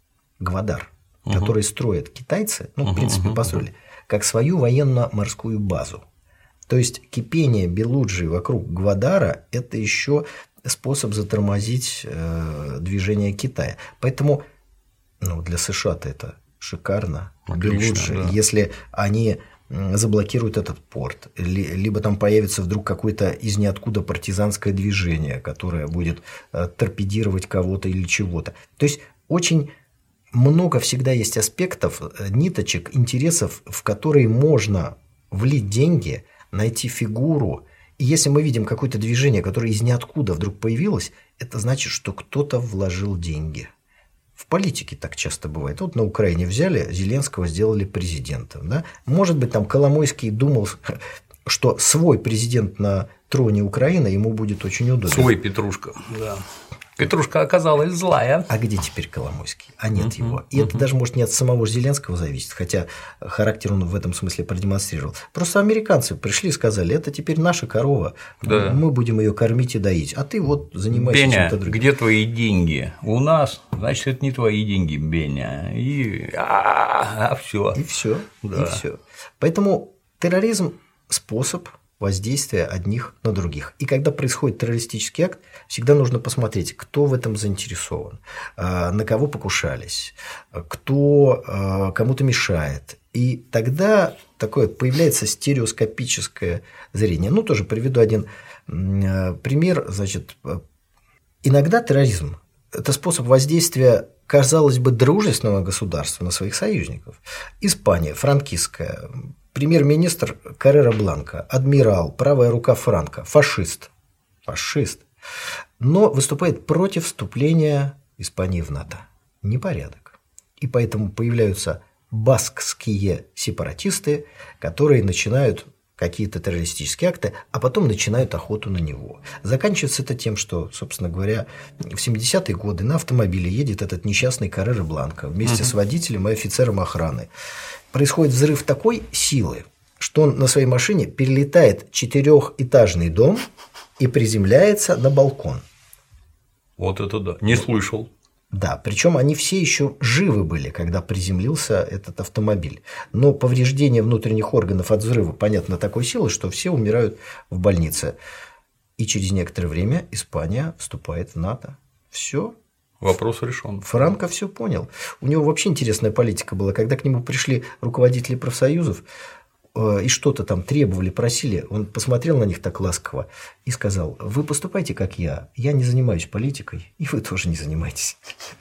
Гвадар, угу. который строят китайцы, ну, в принципе, построили, как свою военно-морскую базу. То есть кипение белуджи вокруг Гвадара – это еще способ затормозить э, движение Китая. Поэтому ну, для США-то это шикарно. Белуджи, да. Если они заблокируют этот порт, либо там появится вдруг какое-то из ниоткуда партизанское движение, которое будет э, торпедировать кого-то или чего-то. То есть очень много всегда есть аспектов, ниточек, интересов, в которые можно влить деньги, найти фигуру, и если мы видим какое-то движение, которое из ниоткуда вдруг появилось, это значит, что кто-то вложил деньги. В политике так часто бывает. Вот на Украине взяли Зеленского, сделали президентом. Да? Может быть, там Коломойский думал, что свой президент на троне Украины ему будет очень удобно. Свой Петрушка, да. Петрушка оказалась злая. А где теперь Коломойский? А нет uh-huh, его. И uh-huh. это даже, может, не от самого Зеленского зависит, хотя характер он в этом смысле продемонстрировал. Просто американцы пришли и сказали, это теперь наша корова, да. мы будем ее кормить и доить, а ты вот занимайся Беня, чем-то другим. Где твои деньги? У нас, значит, это не твои деньги, Беня. И а, а все. И все. Да. И все. Поэтому терроризм – способ воздействия одних на других. И когда происходит террористический акт, всегда нужно посмотреть, кто в этом заинтересован, на кого покушались, кто кому-то мешает. И тогда такое появляется стереоскопическое зрение. Ну, тоже приведу один пример. Значит, иногда терроризм – это способ воздействия, казалось бы, дружественного государства на своих союзников. Испания, франкистская, премьер-министр Каррера Бланка, адмирал, правая рука Франко, фашист, фашист, но выступает против вступления Испании в НАТО. Непорядок. И поэтому появляются баскские сепаратисты, которые начинают какие-то террористические акты, а потом начинают охоту на него. Заканчивается это тем, что, собственно говоря, в семидесятые годы на автомобиле едет этот несчастный Каррера Бланка вместе uh-huh. с водителем и офицером охраны. Происходит взрыв такой силы, что он на своей машине перелетает четырехэтажный дом и приземляется на балкон. Вот это да, не слышал. Да, причем они все еще живы были, когда приземлился этот автомобиль. Но повреждение внутренних органов от взрыва, понятно, такой силы, что все умирают в больнице. И через некоторое время Испания вступает в НАТО. Все. Вопрос решен. Франко все понял. У него вообще интересная политика была. Когда к нему пришли руководители профсоюзов э, и что-то там требовали, просили, он посмотрел на них так ласково и сказал: вы поступайте, как я, я не занимаюсь политикой, и вы тоже не занимайтесь.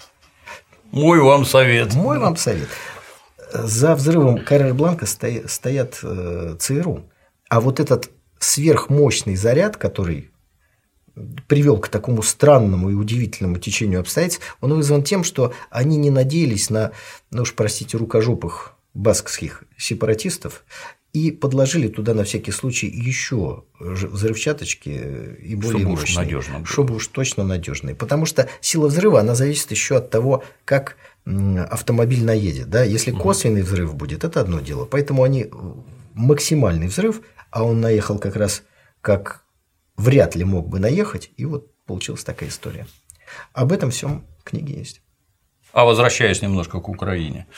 Мой вам совет. Мой вам совет. За взрывом Каррера Бланка стоят ЦРУ. А вот этот сверхмощный заряд, который привел к такому странному и удивительному течению обстоятельств, он вызван тем, что они не надеялись на, ну уж простите, рукожопых баскских сепаратистов и подложили туда на всякий случай еще взрывчаточки и более чтобы мощные, уж надежно было. Чтобы уж точно надежные. Потому что сила взрыва, она зависит еще от того, как автомобиль наедет. Да? Если косвенный взрыв будет, это одно дело. Поэтому они максимальный взрыв, а он наехал как раз как вряд ли мог бы наехать, и вот получилась такая история. Об этом всем книги есть. А возвращаясь немножко к Украине.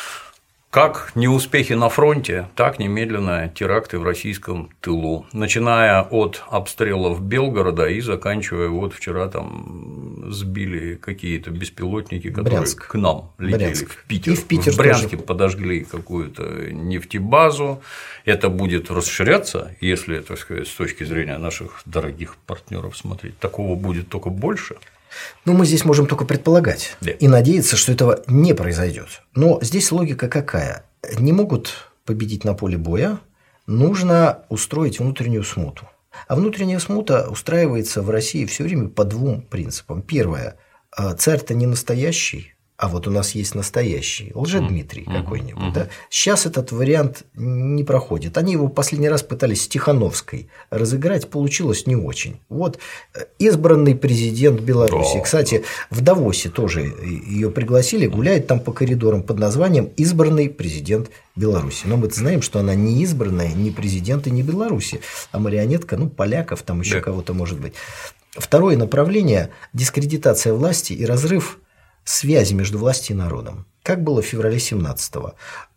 Как неуспехи на фронте, так немедленно теракты в российском тылу, начиная от обстрелов Белгорода и заканчивая вот вчера там сбили какие-то беспилотники, которые Брянск. к нам летели Брянск. в Питер. И в Питер в Брянске тоже. Подожгли какую-то нефтебазу. Это будет расширяться, если, так сказать, с точки зрения наших дорогих партнеров смотреть, такого будет только больше. Ну, мы здесь можем только предполагать Да. и надеяться, что этого не произойдет. Но здесь логика какая? Не могут победить на поле боя, нужно устроить внутреннюю смуту. А внутренняя смута устраивается в России все время по двум принципам. Первое – царь-то не настоящий, а вот у нас есть настоящий, Лжедмитрий mm-hmm. какой-нибудь. Mm-hmm. Да? Сейчас этот вариант не проходит. Они его последний раз пытались с Тихановской разыграть, получилось не очень. Вот избранный президент Беларуси. Oh. Кстати, в Давосе тоже ее пригласили, гуляет там по коридорам под названием «Избранный президент Беларуси». Но мы знаем, что она не избранная, не президент и не Беларуси, а марионетка, ну, поляков, там еще yeah. кого-то может быть. Второе направление – дискредитация власти и разрыв связи между властью и народом. Как было в феврале семнадцатого.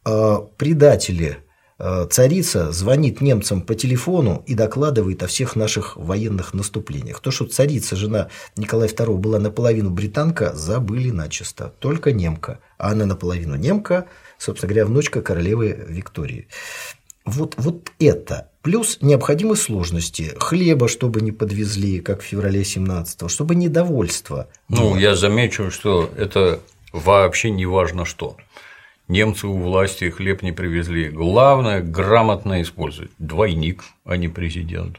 Предатели, царица звонит немцам по телефону и докладывает о всех наших военных наступлениях. То, что царица, жена Николая второго, была наполовину британка, забыли начисто. Только немка. А она наполовину немка, собственно говоря, внучка королевы Виктории. Вот, вот это. Плюс необходимы сложности. Хлеба, чтобы не подвезли, как в феврале семнадцатого, чтобы недовольство. Ну, было. Я замечу, что это вообще не важно что. Немцы у власти хлеб не привезли. Главное – грамотно использовать. Двойник, а не президент.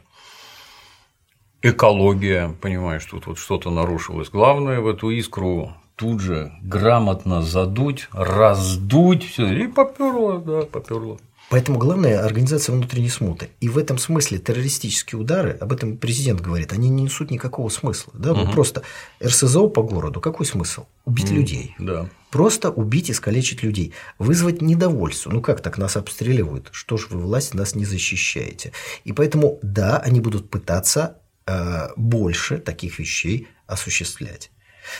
Экология, понимаешь, тут вот что-то нарушилось. Главное в эту искру тут же грамотно задуть, раздуть, все и попёрло, да, попёрло. Поэтому главное – организация внутренней смуты. И в этом смысле террористические удары, об этом президент говорит, они не несут никакого смысла. Да? Угу. Ну, просто эр эс зэ о по городу, какой смысл? Убить mm, людей. Да. Просто убить, искалечить людей. Вызвать недовольство. Ну, как так нас обстреливают? Что ж вы, власть, нас не защищаете? И поэтому, да, они будут пытаться э, больше таких вещей осуществлять.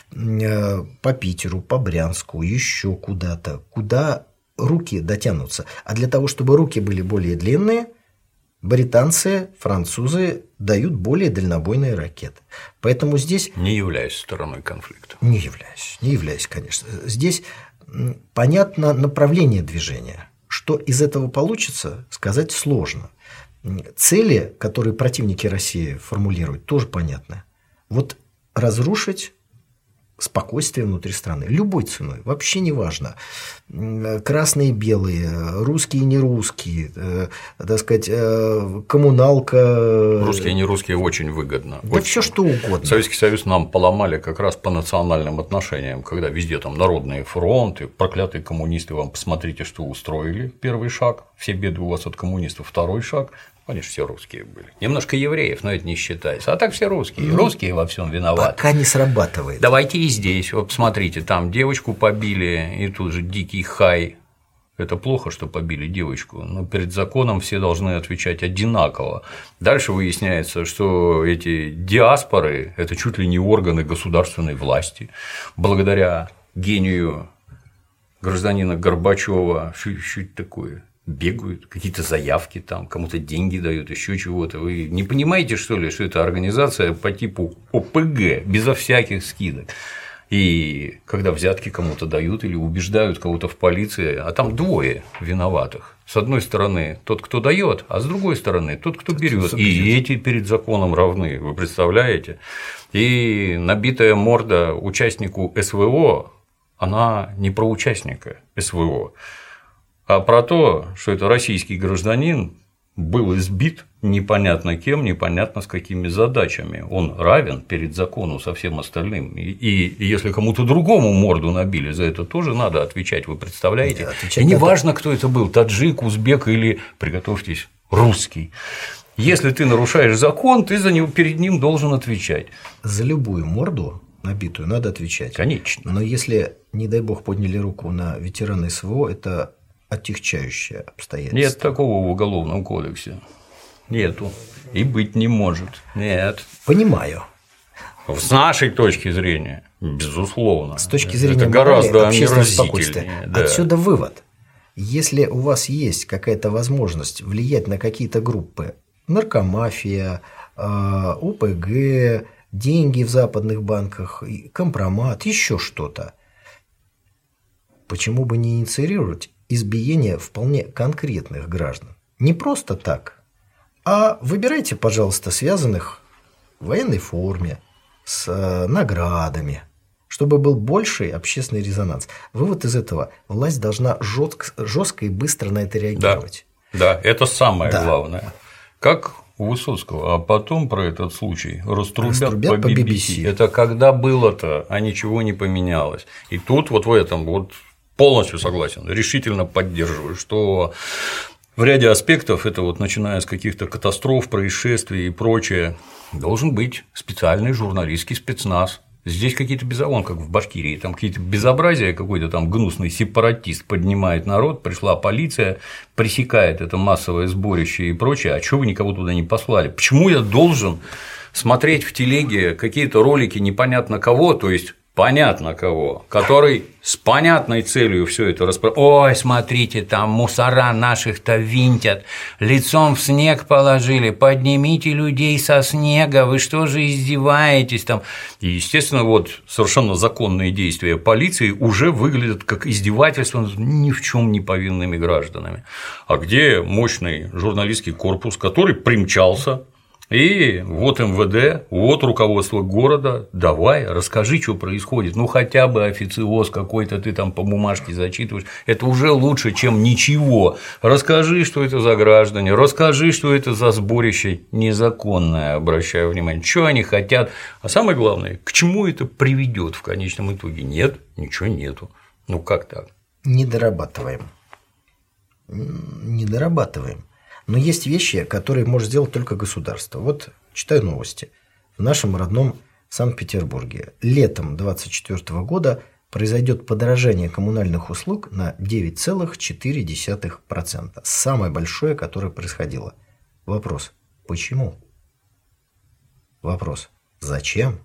Э, по Питеру, по Брянску, еще куда-то. Куда руки дотянутся. А для того, чтобы руки были более длинные, британцы, французы дают более дальнобойные ракеты. Поэтому здесь… Не являюсь стороной конфликта. Не являюсь, не являюсь, конечно. Здесь понятно направление движения. Что из этого получится, сказать сложно. Цели, которые противники России формулируют, тоже понятны. Вот разрушить спокойствие внутри страны. Любой ценой. Вообще не важно. Красные, белые, русские, не русские, э, так сказать, э, коммуналка. Русские, не русские очень выгодно. Да очень. Все что угодно. Советский Союз нам поломали как раз по национальным отношениям, когда везде там народные фронты, проклятые коммунисты, вам посмотрите, что устроили. Первый шаг. Все беды у вас от коммунистов. Второй шаг. Они же все русские были. Немножко евреев, но это не считается. А так все русские. Ну, русские во всем виноваты. Пока не срабатывает. Давайте и здесь. Вот посмотрите, там девочку побили, и тут же дикий хай. Это плохо, что побили девочку, но перед законом все должны отвечать одинаково. Дальше выясняется, что эти диаспоры – это чуть ли не органы государственной власти. Благодаря гению гражданина Горбачева, что это такое? Бегают, какие-то заявки там, кому-то деньги дают, еще чего-то. Вы не понимаете, что ли, что это организация по типу о пэ гэ, безо всяких скидок. И когда взятки кому-то дают или убеждают кого-то в полиции, а там двое виноватых. С одной стороны тот, кто дает, а с другой стороны тот, кто берет. И эти перед законом равны, вы представляете? И набитая морда участнику эс вэ о, она не про участника эс вэ о, а про то, что это российский гражданин был избит непонятно кем, непонятно с какими задачами. Он равен перед законом со всем остальным. И, и если кому-то другому морду набили, за это тоже надо отвечать, вы представляете? Нет, и не важно, кто это был, таджик, узбек или, приготовьтесь, русский. Если ты нарушаешь закон, ты за него, перед ним должен отвечать. За любую морду набитую, надо отвечать. Конечно. Но если, не дай бог, подняли руку на ветерана СВО, это отягчающее обстоятельство. Нет такого в Уголовном кодексе. Нету. И быть не может. Нет. Понимаю. С нашей точки зрения, безусловно. С точки зрения это гораздо общественного спокойствия. Да. Отсюда вывод. Если у вас есть какая-то возможность влиять на какие-то группы, наркомафия, о пэ гэ, деньги в западных банках, компромат, еще что-то, почему бы не инициировать избиение вполне конкретных граждан? Не просто так, а выбирайте, пожалуйста, связанных в военной форме, с наградами, чтобы был больший общественный резонанс. Вывод из этого – власть должна жестко, жестко и быстро на это реагировать. Да, да, это самое да. главное. Как у Высоцкого, а потом про этот случай раструбят, раструбят по би би си. Это когда было-то, а ничего не поменялось. И тут вот в этом вот полностью согласен, решительно поддерживаю, что в ряде аспектов, это вот начиная с каких-то катастроф, происшествий и прочее, должен быть специальный журналистский спецназ. Здесь какие-то беззакония, как в Башкирии, там какие-то безобразия, какой-то там гнусный сепаратист поднимает народ, пришла полиция, пресекает это массовое сборище и прочее, а чего вы никого туда не послали? Почему я должен смотреть в телеге какие-то ролики непонятно кого, то есть понятно кого, который с понятной целью все это распространяет. Ой, смотрите, там мусора наших-то винтят, лицом в снег положили, поднимите людей со снега, вы что же издеваетесь там? И, естественно, вот совершенно законные действия полиции уже выглядят как издевательство над ни в чем не повинными гражданами. А где мощный журналистский корпус, который примчался? И вот эм вэ дэ, вот руководство города, давай, расскажи, что происходит, ну хотя бы официоз какой-то ты там по бумажке зачитываешь, это уже лучше, чем ничего. Расскажи, что это за граждане, расскажи, что это за сборище незаконное, обращаю внимание, что они хотят, а самое главное, к чему это приведет в конечном итоге? Нет, ничего нету. Ну как так? Не дорабатываем. Не дорабатываем. Но есть вещи, которые может сделать только государство. Вот читаю новости. В нашем родном Санкт-Петербурге летом две тысячи двадцать четвёртого года произойдет подорожание коммунальных услуг на девять целых четыре десятых процента. Самое большое, которое происходило. Вопрос: почему? Вопрос: зачем?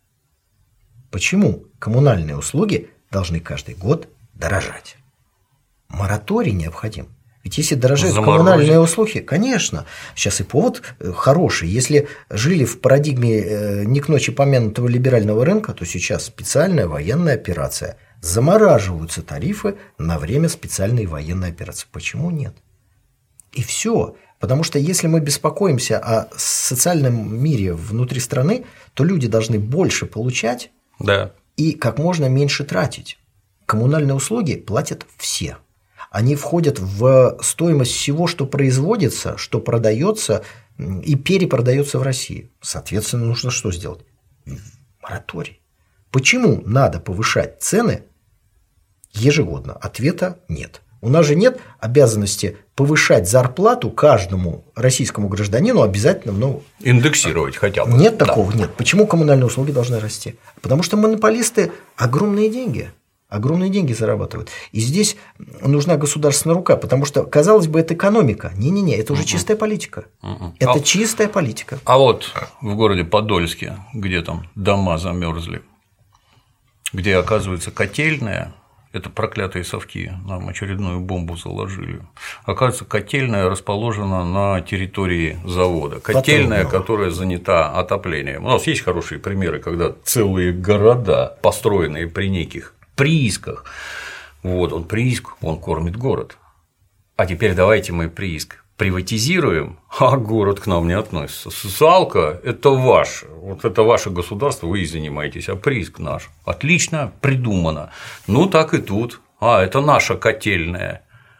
Почему коммунальные услуги должны каждый год дорожать? Мораторий необходим. Ведь если дорожают коммунальные услуги, конечно, сейчас и повод хороший. Если жили в парадигме не к ночи помянутого либерального рынка, то сейчас специальная военная операция. Замораживаются тарифы на время специальной военной операции. Почему нет? И все. Потому что если мы беспокоимся о социальном мире внутри страны, то люди должны больше получать, да, и как можно меньше тратить. Коммунальные услуги платят все. Они входят в стоимость всего, что производится, что продается и перепродается в России. Соответственно, нужно что сделать? Мораторий. Почему надо повышать цены ежегодно? Ответа нет. У нас же нет обязанности повышать зарплату каждому российскому гражданину обязательно. Ну, индексировать хотя бы. Нет такого, да. Нет. Почему коммунальные услуги должны расти? Потому что монополисты огромные деньги. Огромные деньги зарабатывают. И здесь нужна государственная рука, потому что, казалось бы, это экономика. Не-не-не, это уже чистая политика. Это а, чистая политика. А вот в городе Подольске, где там дома замерзли, где, оказывается, котельная, это проклятые совки, нам очередную бомбу заложили. Оказывается, котельная расположена на территории завода. Котельная, Потом, которая занята отоплением. У нас есть хорошие примеры, когда целые города, построенные при неких приисках. Вот он прииск, он кормит город. А теперь давайте мы прииск приватизируем, а город к нам не относится. Социалка – это ваше, вот это ваше государство, вы и занимаетесь, а прииск наш. Отлично придумано. Ну так и тут. А это наша котельная.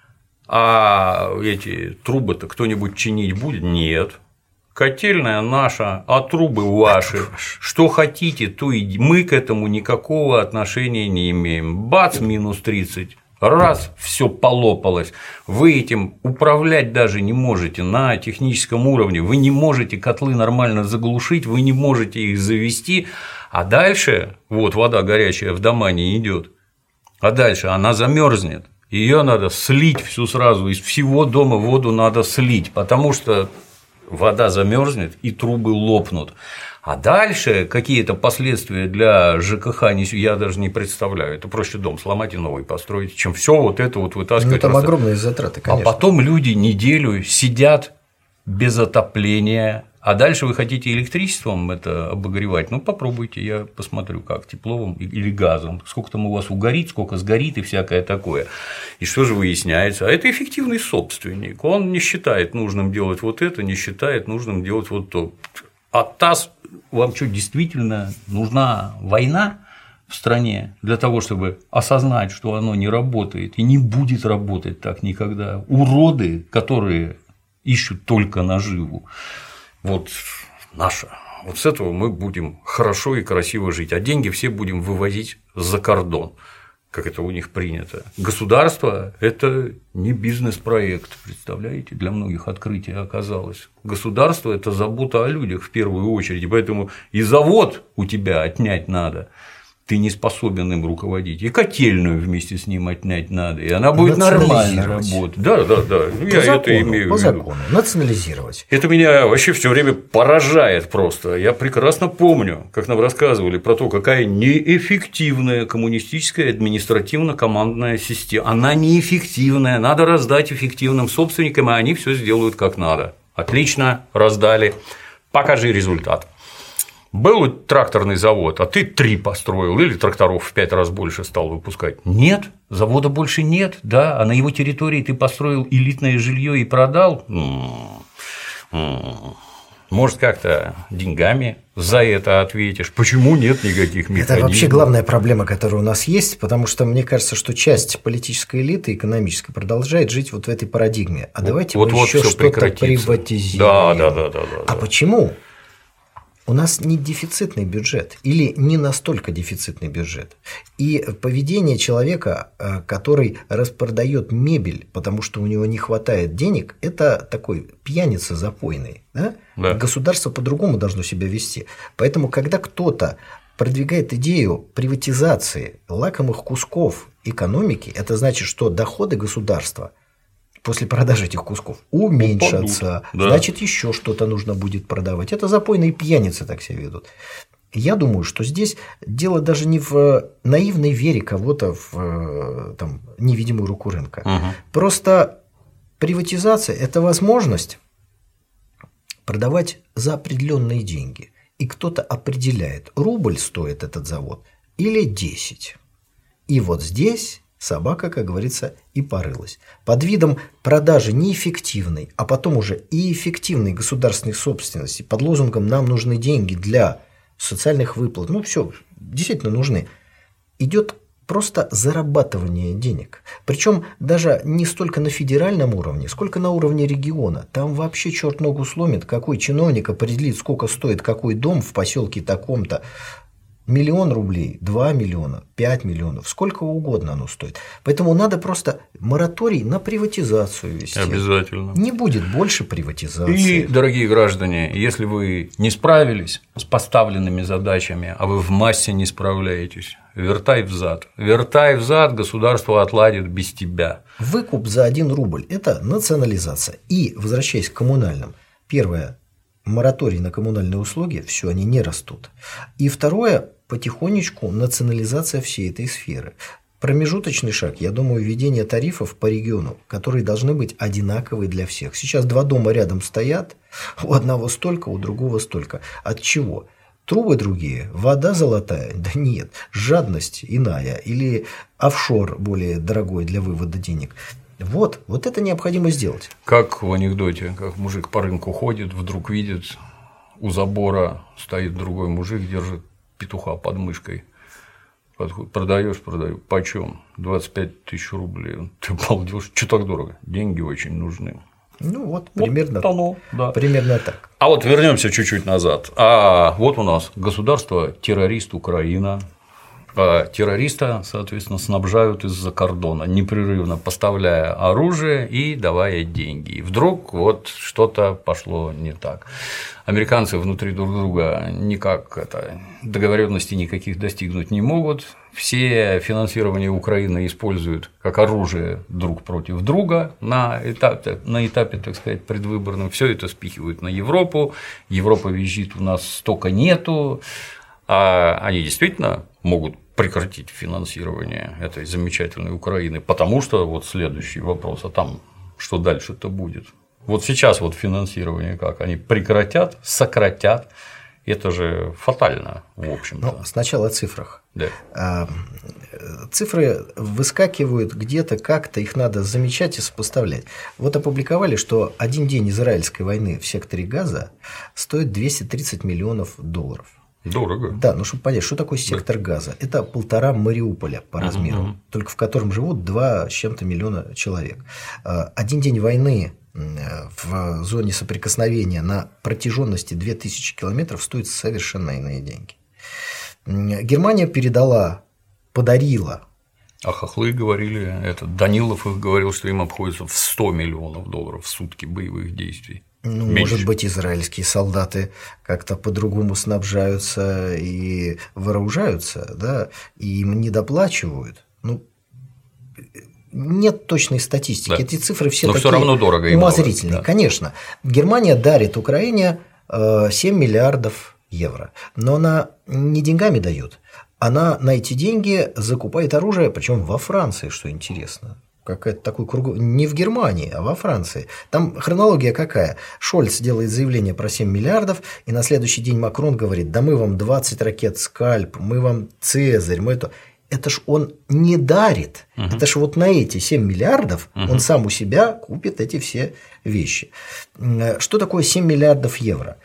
А эти трубы-то кто-нибудь чинить будет? Нет. Котельная наша, а трубы ваши. Что хотите, то и мы к этому никакого отношения не имеем. Бац, минус тридцать. Раз, все полопалось, вы этим управлять даже не можете на техническом уровне, вы не можете котлы нормально заглушить, вы не можете их завести, а дальше, вот вода горячая в дома не идет, а дальше она замерзнет, ее надо слить всю сразу, из всего дома воду надо слить, потому что вода замерзнет и трубы лопнут. А дальше какие-то последствия для ЖКХ я даже не представляю. Это проще дом сломать и новый построить, чем все вот это вот вытаскивать. Ну, там огромные затраты, конечно. А потом люди неделю сидят без отопления. А дальше вы хотите электричеством это обогревать? Ну, попробуйте, я посмотрю, как, тепловым или газом. Сколько там у вас угорит, сколько сгорит и всякое такое. И что же выясняется? А это эффективный собственник. Он не считает нужным делать вот это, не считает нужным делать вот то. А ТАСС, вам что, действительно нужна война в стране для того, чтобы осознать, что оно не работает и не будет работать так никогда? Уроды, которые ищут только наживу. Вот наша. Вот с этого мы будем хорошо и красиво жить, а деньги все будем вывозить за кордон, как это у них принято. Государство – это не бизнес-проект, представляете, для многих открытие оказалось. Государство – это забота о людях в первую очередь, и поэтому и завод у тебя отнять надо, ты не способен им руководить, и котельную вместе с ним отнять надо, и она будет нормально работать. Да, да, да, ну, я закону, это имею по в виду. закону, национализировать. Это меня вообще все время поражает просто. Я прекрасно помню, как нам рассказывали про то, какая неэффективная коммунистическая административно-командная система. Она неэффективная, надо раздать эффективным собственникам, и они все сделают как надо. Отлично, раздали. Покажи результат. Был тракторный завод, а ты три построил, или тракторов в пять раз больше стал выпускать. Нет, завода больше нет, да, а на его территории ты построил элитное жилье и продал. Может, как-то деньгами за это ответишь. Почему нет никаких механизмов? Это вообще главная проблема, которая у нас есть, потому что мне кажется, что часть политической элиты экономической продолжает жить вот в этой парадигме. А вот, давайте вот, мы вот еще что-то приватизируем. Да, да, да, да, да. А почему? У нас не дефицитный бюджет или не настолько дефицитный бюджет. И поведение человека, который распродает мебель, потому что у него не хватает денег, это такой пьяница запойный. Да? Да. Государство по-другому должно себя вести. Поэтому, когда кто-то продвигает идею приватизации лакомых кусков экономики, это значит, что доходы государства после продажи этих кусков уменьшатся, да. Значит, еще что-то нужно будет продавать. Это запойные пьяницы так себя ведут. Я думаю, что здесь дело даже не в наивной вере кого-то в там, невидимую руку рынка. Угу. Просто приватизация – это возможность продавать за определенные деньги. И кто-то определяет, рубль стоит этот завод или десять. И вот здесь собака, как говорится, и порылась. Под видом продажи неэффективной, а потом уже и эффективной государственной собственности, под лозунгом «нам нужны деньги для социальных выплат», ну все, действительно нужны, идет просто зарабатывание денег. Причем даже не столько на федеральном уровне, сколько на уровне региона. Там вообще черт ногу сломит, какой чиновник определит, сколько стоит какой дом в поселке таком-то. Миллион рублей, два миллиона, пять миллионов, сколько угодно оно стоит. Поэтому надо просто мораторий на приватизацию вести. Обязательно. Не будет больше приватизации. И, дорогие граждане, если вы не справились с поставленными задачами, а вы в массе не справляетесь, вертай взад. Вертай взад, государство отладит без тебя. Выкуп за один рубль – это национализация. И, возвращаясь к коммунальным, первое – мораторий на коммунальные услуги, все, они не растут. И второе – потихонечку национализация всей этой сферы. Промежуточный шаг, я думаю, введение тарифов по региону, которые должны быть одинаковые для всех. Сейчас два дома рядом стоят, у одного столько, у другого столько. От чего? Трубы другие, вода золотая? Да нет, жадность иная или офшор более дорогой для вывода денег. Вот, вот это необходимо сделать. Как в анекдоте, как мужик по рынку ходит, вдруг видит, у забора стоит другой мужик, держит петуха под мышкой. Подходит, продаешь, продаю. Почем? двадцать пять тысяч рублей. Ты обалдел, что так дорого? Деньги очень нужны. Ну вот, примерно, вот оно, да. примерно так. А вот вернемся чуть-чуть назад. А вот у нас государство-террорист Украина. А террориста, соответственно, снабжают из-за кордона, непрерывно поставляя оружие и давая деньги. И вдруг вот что-то пошло не так. Американцы внутри друг друга никак это, договоренности никаких достигнуть не могут. Все финансирование Украины используют как оружие друг против друга на этапе, на этапе, так сказать, предвыборном. Все это спихивают на Европу. Европа визжит, у нас столько нету. А они действительно могут прекратить финансирование этой замечательной Украины, потому что вот следующий вопрос, а там что дальше-то будет? Вот сейчас вот финансирование как? Они прекратят, сократят, это же фатально, в общем-то. Ну, сначала о цифрах. Да. Цифры выскакивают где-то, как-то их надо замечать и сопоставлять. Вот опубликовали, что один день израильской войны в секторе Газа стоит двести тридцать миллионов долларов. Дорого. Да, ну чтобы понять, что такое сектор да. Газа? Это полтора Мариуполя по размеру, uh-huh. только в котором живут два с чем-то миллиона человек. Один день войны в зоне соприкосновения на протяженности две тысячи километров стоит совершенно иные деньги. Германия передала, подарила. А хохлы говорили, этот Данилов их говорил, что им обходится в сто миллионов долларов в сутки боевых действий. Ну, меньше. Может быть, израильские солдаты как-то по-другому снабжаются и вооружаются, да, и им не доплачивают. Ну, нет точной статистики. Да. Эти цифры все Но такие все равно дорого умозрительные. Да. Конечно. Германия дарит Украине семь миллиардов евро, но она не деньгами дает. Она на эти деньги закупает оружие, причем во Франции, что интересно. Какая-то такой круг... Не в Германии, а во Франции. Там хронология какая? Шольц делает заявление про семь миллиардов, и на следующий день Макрон говорит: да мы вам двадцать ракет «Скальп», мы вам «Цезарь», мы это… Это ж он не дарит. Uh-huh. Это ж вот на эти семь миллиардов uh-huh. он сам у себя купит эти все вещи. Что такое семь миллиардов евро?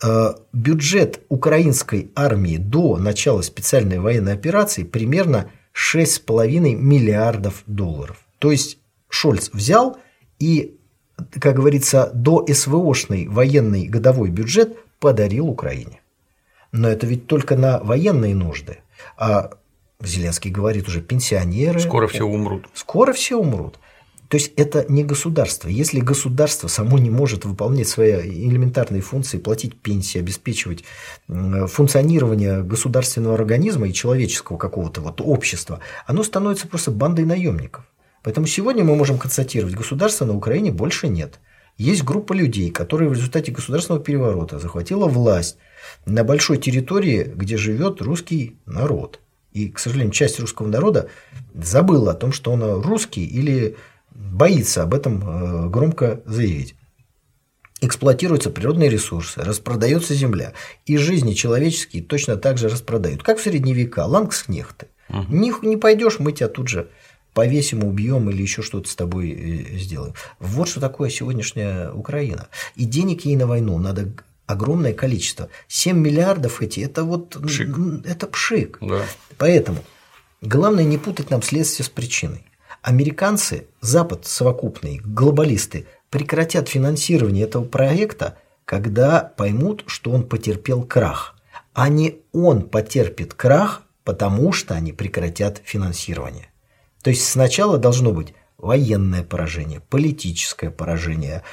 Бюджет украинской армии до начала специальной военной операции примерно шесть с половиной миллиардов долларов. То есть Шольц взял и, как говорится, до СВОшный военный годовой бюджет подарил Украине. Но это ведь только на военные нужды. А Зеленский говорит уже: пенсионеры… Скоро все умрут. Скоро все умрут. То есть это не государство. Если государство само не может выполнять свои элементарные функции, платить пенсии, обеспечивать функционирование государственного организма и человеческого какого-то вот общества, оно становится просто бандой наемников. Поэтому сегодня мы можем констатировать: государства на Украине больше нет. Есть группа людей, которые в результате государственного переворота захватила власть на большой территории, где живет русский народ. И, к сожалению, часть русского народа забыла о том, что он русский, или боится об этом громко заявить. Эксплуатируются природные ресурсы, распродается земля, и жизни человеческие точно так же распродают. Как в средние века, лангскнехты. Угу. Не, не пойдешь, мы тебя тут же повесим, убьем или еще что-то с тобой сделаем. Вот что такое сегодняшняя Украина. И денег ей на войну надо огромное количество. семь миллиардов эти – это вот пшик. Это пшик. Да. Поэтому главное не путать нам следствие с причиной. Американцы, Запад совокупный, глобалисты прекратят финансирование этого проекта, когда поймут, что он потерпел крах. А не он потерпит крах, потому что они прекратят финансирование. То есть сначала должно быть военное поражение, политическое поражение,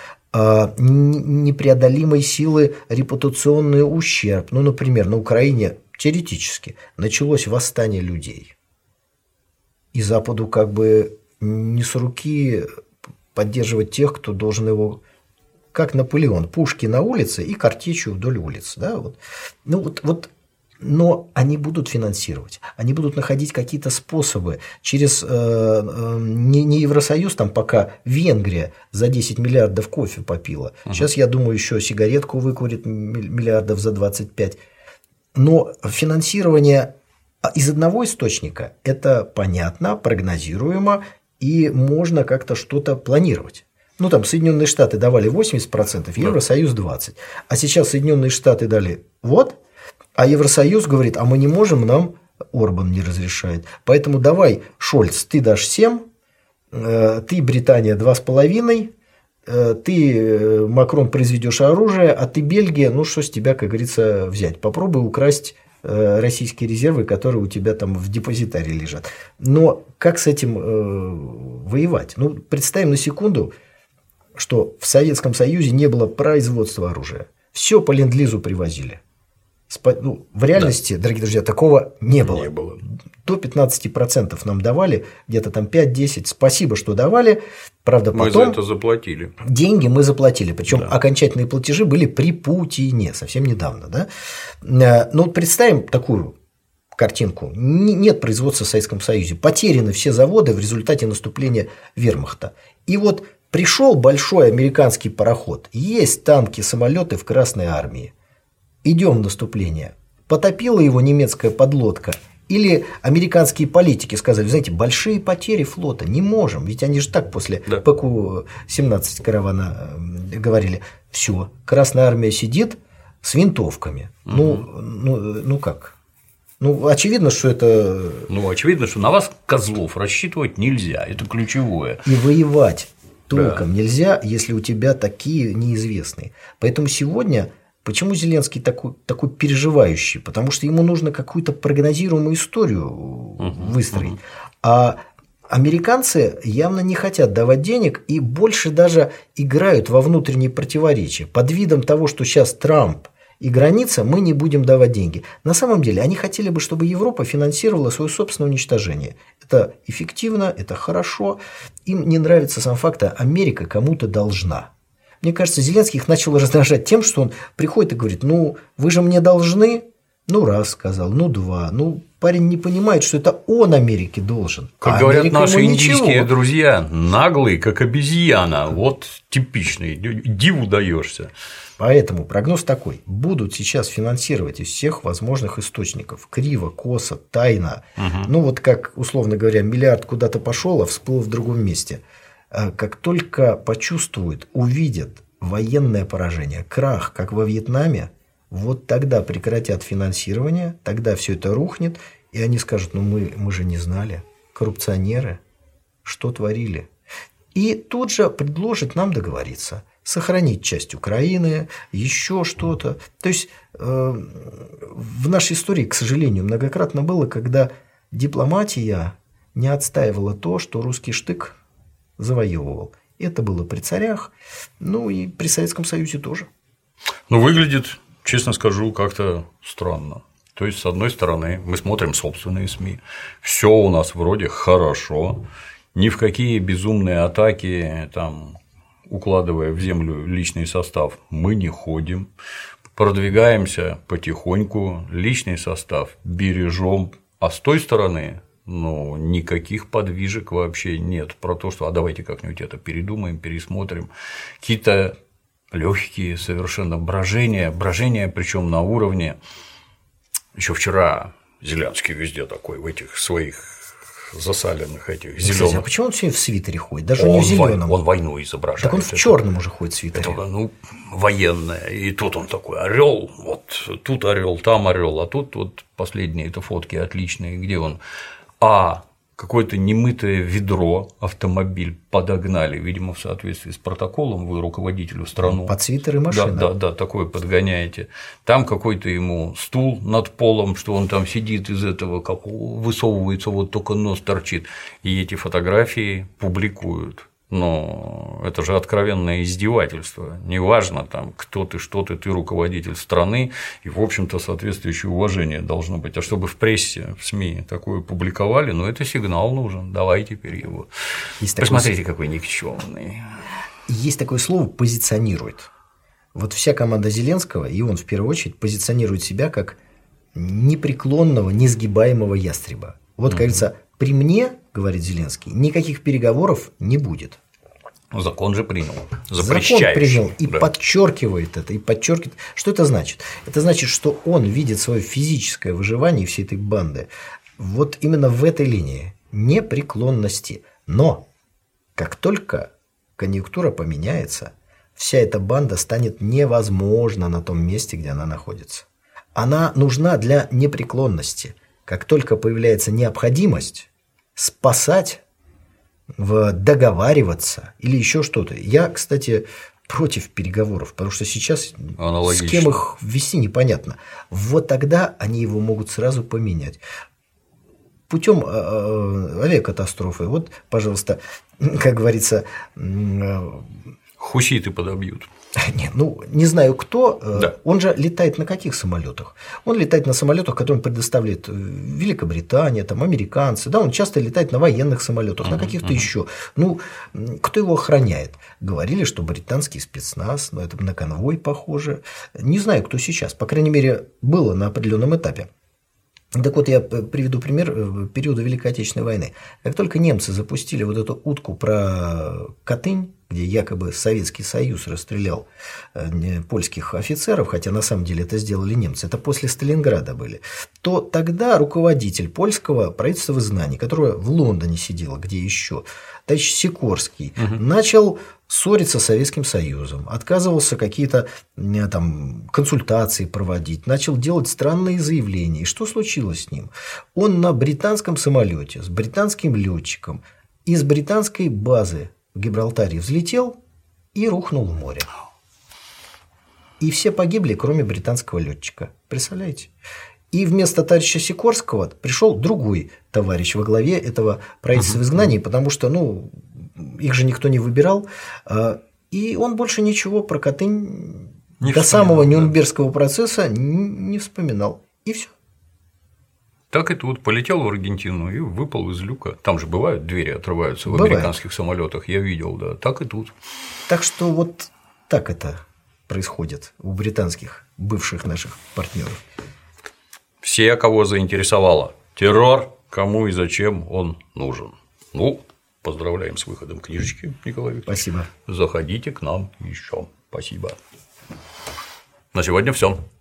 непреодолимой силы репутационный ущерб. Ну, например, на Украине теоретически началось восстание людей. И Западу как бы не с руки поддерживать тех, кто должен его, как Наполеон, пушки на улице и картечью вдоль улиц. Да, вот. Ну, вот, вот. Но они будут финансировать, они будут находить какие-то способы через э, э, не, не Евросоюз, там пока Венгрия за десять миллиардов кофе попила. Uh-huh. Сейчас, я думаю, еще сигаретку выкурит миллиардов за двадцать пять. Но финансирование из одного источника – это понятно, прогнозируемо, и можно как-то что-то планировать. Ну, там Соединенные Штаты давали восемьдесят процентов, Евросоюз двадцать процентов. А сейчас Соединенные Штаты дали вот. А Евросоюз говорит: а мы не можем, нам Орбан не разрешает. Поэтому давай, Шольц, ты дашь семь, ты, Британия, два с половиной, ты, Макрон, произведешь оружие, а ты, Бельгия, ну что с тебя, как говорится, взять? Попробуй украсть российские резервы, которые у тебя там в депозитарии лежат. Но как с этим воевать? Ну, представим на секунду, что в Советском Союзе не было производства оружия. Все по ленд-лизу привозили. Ну, в реальности, да. Дорогие друзья, такого не было. Не было. До пятнадцать процентов нам давали, где-то там пять-десять. Спасибо, что давали. Правда, потом… Мы за это заплатили. Деньги мы заплатили. Причем да. окончательные платежи были при Путине совсем недавно. Да? Ну, вот представим такую картинку. Нет производства в Советском Союзе. Потеряны все заводы в результате наступления вермахта. И вот пришел большой американский пароход. Есть танки, самолеты в Красной армии. Идем в наступление. Потопила его немецкая подлодка. Или американские политики сказали, знаете, большие потери флота, не можем. Ведь они же так после да. Пэ Ку семнадцать каравана говорили. Все, Красная армия сидит с винтовками. Угу. Ну, ну, ну как? Ну, очевидно, что это… Ну, очевидно, что на вас, козлов, рассчитывать нельзя. Это ключевое. И воевать толком да. нельзя, если у тебя такие неизвестные. Поэтому сегодня… Почему Зеленский такой, такой переживающий? Потому что ему нужно какую-то прогнозируемую историю uh-huh, выстроить. Uh-huh. А американцы явно не хотят давать денег и больше даже играют во внутренние противоречия. Под видом того, что сейчас Трамп и граница, мы не будем давать деньги. На самом деле они хотели бы, чтобы Европа финансировала свое собственное уничтожение. Это эффективно, это хорошо. Им не нравится сам факт, а Америка кому-то должна. Мне кажется, Зеленский их начал раздражать тем, что он приходит и говорит, ну, вы же мне должны, ну, раз сказал, ну, два, ну, парень не понимает, что это он Америке должен. Как а говорят Америка наши индийские ничего. Друзья, наглый, как обезьяна, вот типичный, диву даешься. Поэтому прогноз такой, будут сейчас финансировать из всех возможных источников, криво, косо, тайно, угу. ну, вот как, условно говоря, миллиард куда-то пошел, а всплыл в другом месте. Как только почувствуют, увидят военное поражение, крах, как во Вьетнаме, вот тогда прекратят финансирование, тогда все это рухнет, и они скажут, ну мы, мы же не знали, коррупционеры, что творили. И тут же предложат нам договориться, сохранить часть Украины, еще что-то. То есть э, в нашей истории, к сожалению, многократно было, когда дипломатия не отстаивала то, что русский штык завоевывал. Это было при царях, ну и при Советском Союзе тоже. Ну, выглядит, честно скажу, как-то странно. То есть, с одной стороны, мы смотрим собственные СМИ, все у нас вроде хорошо, ни в какие безумные атаки, там, укладывая в землю личный состав, мы не ходим, продвигаемся потихоньку, личный состав бережем, а с той стороны… Ну, никаких подвижек вообще нет про то, что а давайте как-нибудь это передумаем, пересмотрим. Какие-то легкие совершенно брожения, брожения, причем на уровне. Еще вчера Зеленский везде такой, в этих своих засаленных этих зеленых. А почему он все в свитере ходит? Даже он не в зеленом. Он войну изображает. Так он в черном уже ходит в свитере. Это, ну, военное. И тут он такой орел, вот тут орел, там орел, а тут вот последние это фотки отличные, где он. А какое-то немытое ведро, автомобиль подогнали, видимо, в соответствии с протоколом, вы руководителю страны. Под свитер и машина. Да, да, да, такое подгоняете. Там какой-то ему стул над полом, что он там сидит из этого, как высовывается, вот только нос торчит. И эти фотографии публикуют. Но это же откровенное издевательство. Неважно, там, кто ты, что ты, ты руководитель страны, и, в общем-то, соответствующее уважение должно быть. А чтобы в прессе, в СМИ такое публиковали, ну, это сигнал нужен, давай теперь его. Есть Посмотрите, такой... какой никчемный. Есть такое слово «позиционирует». Вот вся команда Зеленского, и он в первую очередь, позиционирует себя как непреклонного, несгибаемого ястреба. Вот, как говорится, при мне, говорит Зеленский, никаких переговоров не будет. Закон же принял. Закон принял и да. подчеркивает это, и подчеркивает. Что это значит? Это значит, что он видит свое физическое выживание всей этой банды вот именно в этой линии непреклонности. Но как только конъюнктура поменяется, вся эта банда станет невозможна на том месте, где она находится. Она нужна для непреклонности. Как только появляется необходимость спасать, договариваться или еще что-то. Я, кстати, против переговоров, потому что сейчас с кем их ввести непонятно. Вот тогда они его могут сразу поменять. Путем авиакатастрофы. Вот, пожалуйста, как говорится, хуситы подобьют. Нет, ну не знаю кто, да. Он же летает на каких самолетах? Он летает на самолетах, которые предоставляет Великобритания, там, американцы, да, он часто летает на военных самолетах, uh-huh, на каких-то uh-huh. еще. Ну, кто его охраняет? Говорили, что британский спецназ, но это на конвой похоже. Не знаю, кто сейчас, по крайней мере, было на определенном этапе. Так вот, я приведу пример периода Великой Отечественной войны. Как только немцы запустили вот эту утку про Катынь, где якобы Советский Союз расстрелял польских офицеров, хотя на самом деле это сделали немцы, это после Сталинграда были, то тогда руководитель польского правительства в изгнании, которое в Лондоне сидело, где еще, товарищ Сикорский, угу. начал ссориться с Советским Союзом, отказывался какие-то там консультации проводить, начал делать странные заявления. И что случилось с ним? Он на британском самолете с британским летчиком из британской базы в Гибралтаре взлетел и рухнул в море. И все погибли, кроме британского летчика. Представляете? И вместо товарища Сикорского пришел другой товарищ во главе этого правительства в изгнании, потому что, ну, их же никто не выбирал. И он больше ничего про Катынь не до самого Нюрнбергского да. процесса не вспоминал. И все. Так и тут полетел в Аргентину и выпал из люка. Там же бывают двери отрываются в Бывает. Американских самолетах, я видел, да. Так и тут. Так что вот так это происходит у британских бывших наших партнеров. Все, кого заинтересовало террор, кому и зачем он нужен. Ну, поздравляем с выходом книжечки, Николай Викторович. Спасибо. Заходите к нам еще. Спасибо. На сегодня все.